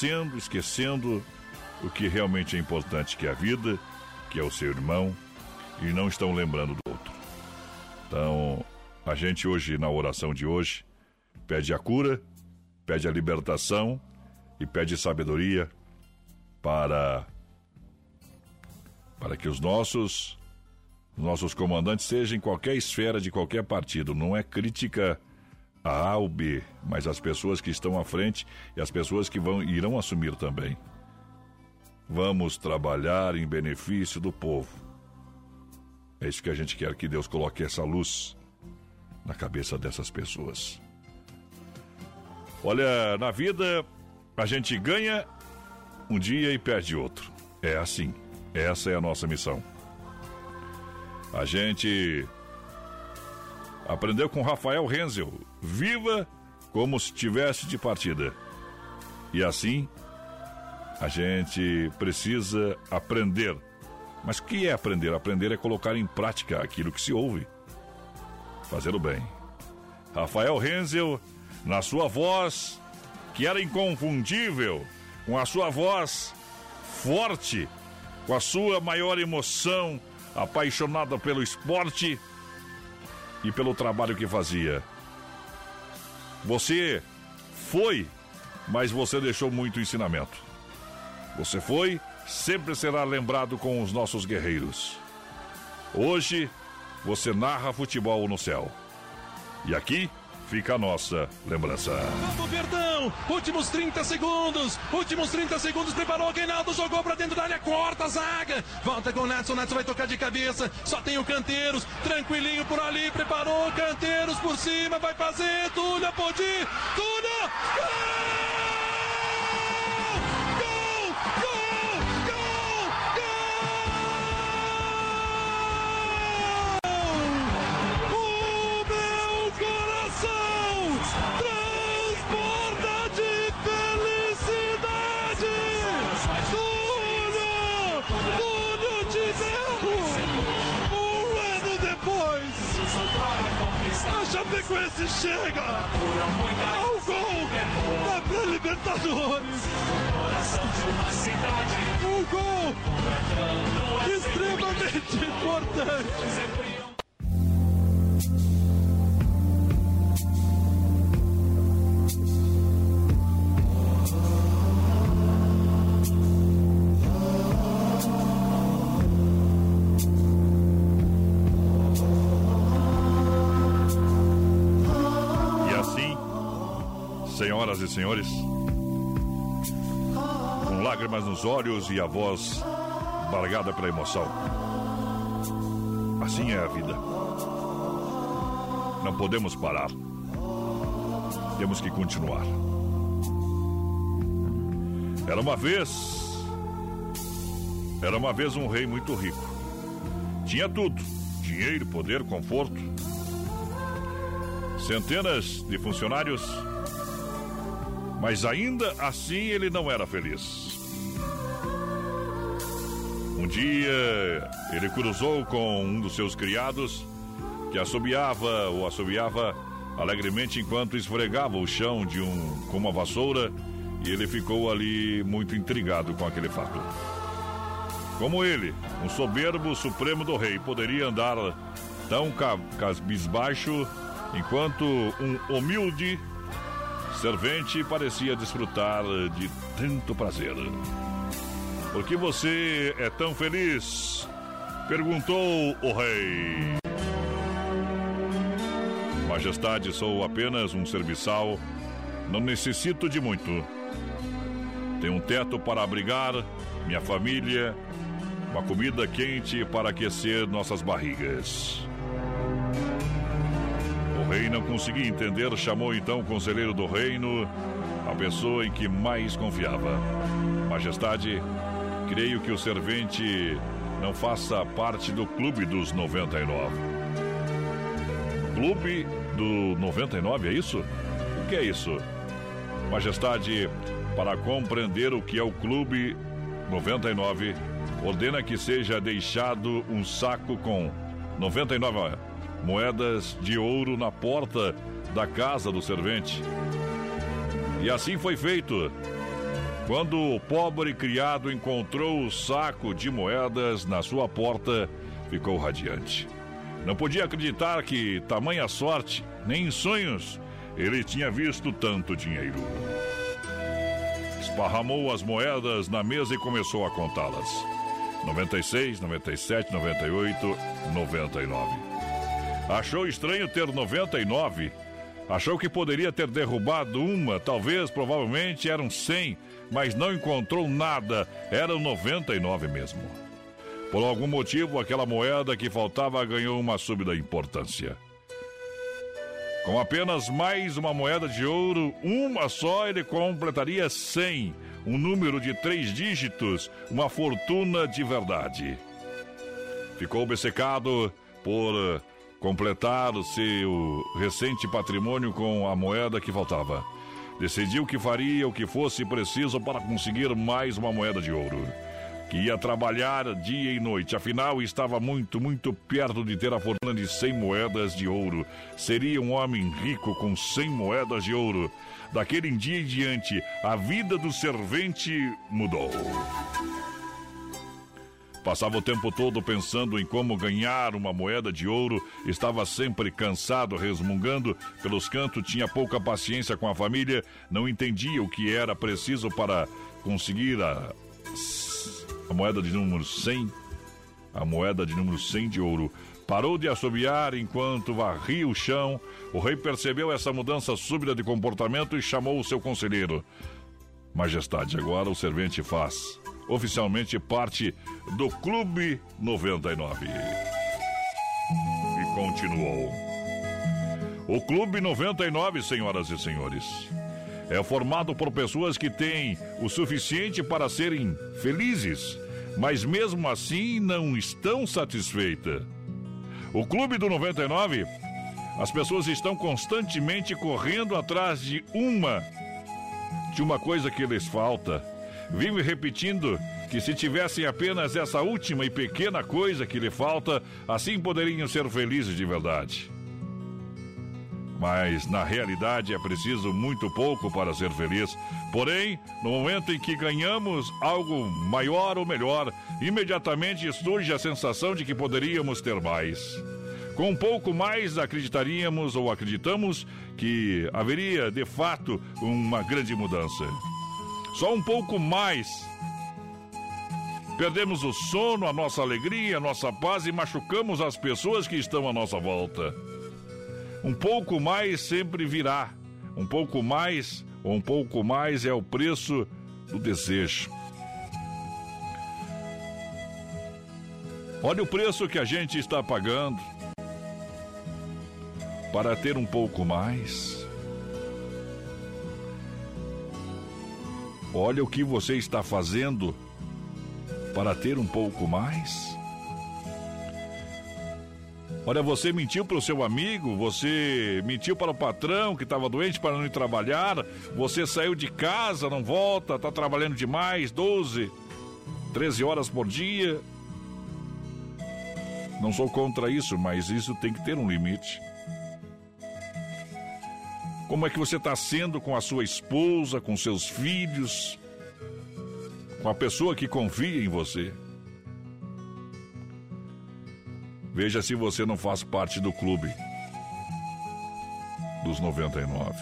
o que realmente é importante, que é a vida, que é o seu irmão, e não estão lembrando do outro. Então, a gente hoje, na oração de hoje, pede a cura, pede a libertação e pede sabedoria para que os nossos comandantes sejam em qualquer esfera de qualquer partido. Não é crítica a A ou B, mas as pessoas que estão à frente e as pessoas que irão assumir também. Vamos trabalhar em benefício do povo. É isso que a gente quer, que Deus coloque essa luz na cabeça dessas pessoas. Olha, na vida a gente ganha um dia e perde outro. É assim. Essa é a nossa missão. A gente aprendeu com Rafael Renzel. Viva como se tivesse de partida. E assim, a gente precisa aprender. Mas o que é aprender? Aprender é colocar em prática aquilo que se ouve. Fazer o bem. Rafael Renzel, na sua voz, que era inconfundível, com a sua voz forte, com a sua maior emoção, apaixonada pelo esporte e pelo trabalho que fazia. Você foi, mas você deixou muito ensinamento. Você foi, sempre será lembrado com os nossos guerreiros. Hoje, você narra futebol no céu. E aqui fica a nossa lembrança. Vamos, Verdão! Últimos 30 segundos! Preparou o Reinaldo, jogou pra dentro da área, corta a zaga! Volta com o Netson vai tocar de cabeça, só tem o Canteiros, tranquilinho por ali, preparou, Canteiros por cima, vai fazer, Túlio, pode ir, Túlio! Chapecoense chega ao gol da pré-Libertadores. Um gol extremamente importante. Senhoras e senhores, com lágrimas nos olhos e a voz bargada pela emoção. Assim é a vida. Não podemos parar. Temos que continuar. Era uma vez um rei muito rico. Tinha tudo: dinheiro, poder, conforto. Centenas de funcionários. Mas ainda assim ele não era feliz. Um dia ele cruzou com um dos seus criados, que assobiava alegremente enquanto esfregava o chão com uma vassoura, e ele ficou ali muito intrigado com aquele fato. Como ele, um soberbo supremo do rei, poderia andar tão cabisbaixo enquanto um humilde servente parecia desfrutar de tanto prazer. Por que você é tão feliz? Perguntou o rei. Majestade, sou apenas um serviçal. Não necessito de muito. Tenho um teto para abrigar minha família, uma comida quente para aquecer nossas barrigas. O rei não conseguia entender, chamou então o conselheiro do reino, a pessoa em que mais confiava. Majestade, creio que o servente não faça parte do Clube dos 99. Clube do 99, é isso? O que é isso? Majestade, para compreender o que é o Clube 99, ordena que seja deixado um saco com 99 moedas de ouro na porta da casa do servente. E assim foi feito. Quando o pobre criado encontrou o saco de moedas na sua porta, ficou radiante. Não podia acreditar que tamanha sorte, nem em sonhos, ele tinha visto tanto dinheiro. Esparramou as moedas na mesa e começou a contá-las. 96, 97, 98, 99. Achou estranho ter 99. Achou que poderia ter derrubado uma, talvez, provavelmente eram 100, mas não encontrou nada. Eram 99 mesmo. Por algum motivo, aquela moeda que faltava ganhou uma súbita importância. Com apenas mais uma moeda de ouro, uma só, ele completaria 100, um número de 3 dígitos, uma fortuna de verdade. Ficou obcecado por completar o seu recente patrimônio com a moeda que faltava. Decidiu que faria o que fosse preciso para conseguir mais uma moeda de ouro. Que ia trabalhar dia e noite, afinal estava muito perto de ter a fortuna de 100 moedas de ouro. Seria um homem rico com 100 moedas de ouro. Daquele dia em diante, a vida do servente mudou. Passava o tempo todo pensando em como ganhar uma moeda de ouro, estava sempre cansado, resmungando pelos cantos, tinha pouca paciência com a família, não entendia o que era preciso para conseguir a moeda de número 100, a moeda de número 100 de ouro. Parou de assobiar enquanto varria o chão. O rei percebeu essa mudança súbita de comportamento e chamou o seu conselheiro. Majestade, agora o servente faz oficialmente parte do Clube 99. E continuou. O Clube 99, senhoras e senhores, é formado por pessoas que têm o suficiente para serem felizes, mas mesmo assim não estão satisfeitas. O Clube do 99, as pessoas estão constantemente correndo atrás de uma coisa que lhes falta. Vivem repetindo que se tivessem apenas essa última e pequena coisa que lhe falta, assim poderiam ser felizes de verdade. Mas, na realidade, é preciso muito pouco para ser feliz. Porém, no momento em que ganhamos algo maior ou melhor, imediatamente surge a sensação de que poderíamos ter mais. Com um pouco mais, acreditaríamos ou acreditamos que haveria, de fato, uma grande mudança. Só um pouco mais. Perdemos o sono, a nossa alegria, a nossa paz e machucamos as pessoas que estão à nossa volta. Um pouco mais sempre virá. Um pouco mais ou um pouco mais é o preço do desejo. Olha o preço que a gente está pagando para ter um pouco mais. Olha o que você está fazendo para ter um pouco mais. Olha, você mentiu para o seu amigo, você mentiu para o patrão que estava doente para não ir trabalhar, você saiu de casa, não volta, está trabalhando demais, 12, 13 horas por dia. Não sou contra isso, mas isso tem que ter um limite. Como é que você está sendo com a sua esposa, com seus filhos, com a pessoa que confia em você? Veja se você não faz parte do clube dos 99.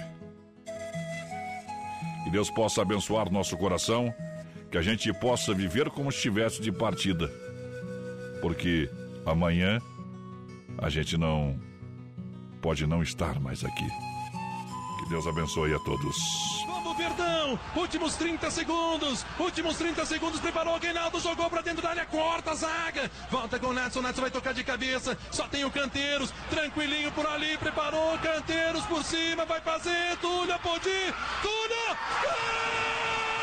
Que Deus possa abençoar nosso coração, que a gente possa viver como se estivesse de partida. Porque amanhã a gente não pode não estar mais aqui. Que Deus abençoe a todos. Vamos, Verdão! Últimos 30 segundos! Preparou o Reinaldo, jogou pra dentro da área, corta a zaga! Volta com o Netson vai tocar de cabeça, só tem o Canteiros, tranquilinho por ali, preparou o Canteiros por cima, vai fazer, Túlio, pode ir! Túlio! Gol!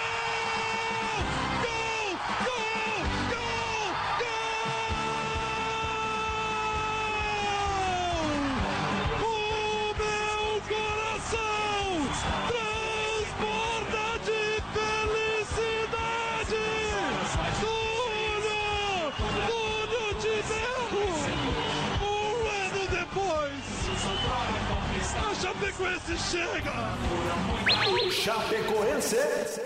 Chapecoense chega! Chapecoense!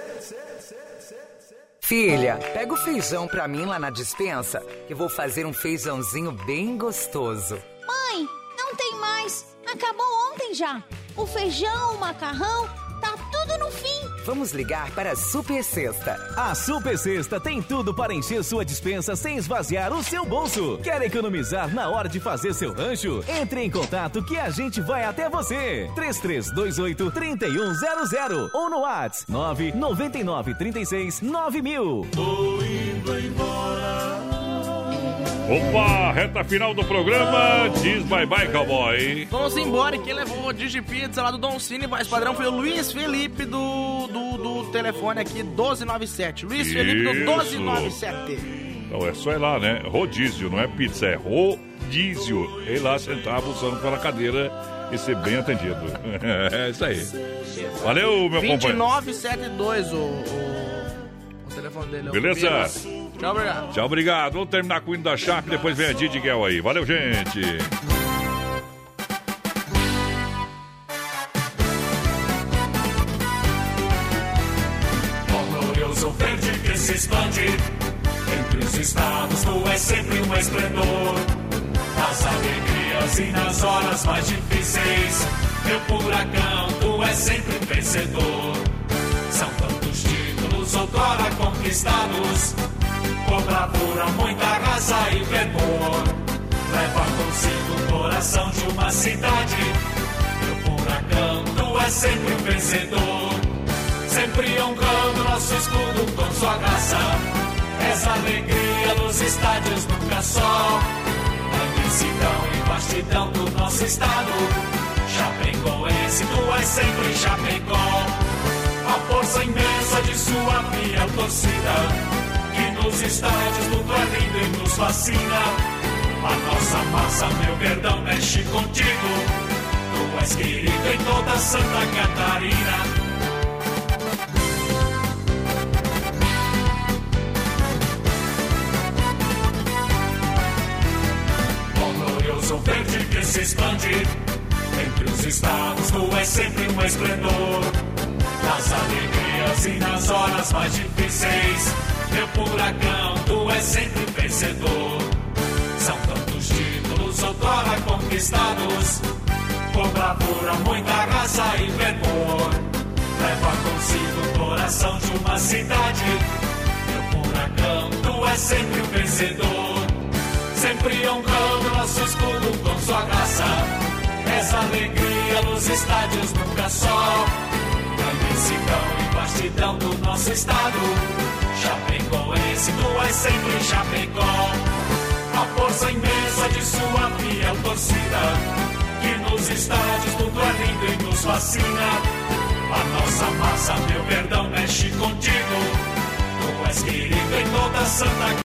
Filha, pega o feijão pra mim lá na despensa, que eu vou fazer um feijãozinho bem gostoso. Mãe, não tem mais. Acabou ontem já. O feijão, o macarrão, tá tudo no fim. Vamos ligar para a Super Sexta. A Super Sexta tem tudo para encher sua despensa sem esvaziar o seu bolso. Quer economizar na hora de fazer seu rancho? Entre em contato que a gente vai até você. 3328-3100 ou no WhatsApp 999369000. Tô indo embora. Opa, reta final do programa, diz bye bye, cowboy. Vamos embora, e quem levou o rodízio de pizza lá do Don Cine, voz padrão, foi o Luiz Felipe do telefone aqui, 1297. Luiz Felipe do 1297. Então é só ir lá, né? Rodízio, não é pizza, é rodízio. rodízio. E lá sentar buscando pela cadeira e ser bem atendido. É isso aí. Valeu, meu companheiro. 2972 o telefone dele. Beleza? Tchau, obrigado. Tchau, obrigado. Vamos terminar com o hino da Chape, depois vem a Didi Guel aí. Valeu, gente. Glorioso verde que se expande entre os estados, tu és sempre um esplendor. Nas alegrias e nas horas mais difíceis, meu furacão, tu és sempre um vencedor. São tantos títulos outrora conquistados, com bravura, muita raça e fervor. Leva consigo o coração de uma cidade, meu furacão, tu és sempre um vencedor. Sempre honrando nosso escudo com sua graça, essa alegria nos estádios nunca só. A imensidão e vastidão do nosso estado, Chapecoense, tu és sempre Chapecó. A força imensa de sua fiel torcida, que nos estádios tudo é lindo e nos fascina. A nossa massa, meu verdão, mexe contigo, tu és querido em toda Santa Catarina. O verde que se expande entre os estados, tu és sempre um esplendor. Nas alegrias e nas horas mais difíceis, meu furacão, tu és sempre vencedor. São tantos títulos outrora conquistados, com bravura, muita raça e fervor. Leva consigo o coração de uma cidade, meu furacão, tu és sempre um vencedor. Sempre honrando nosso escudo com sua graça, essa alegria nos estádios nunca só. A imensidão e vastidão do nosso estado, Chapecoense, tu és sempre Chapecó. A força imensa de sua fiel torcida, que nos estádios tudo é lindo e nos fascina. A nossa massa, meu verdão, mexe contigo, tu és querido em toda Santa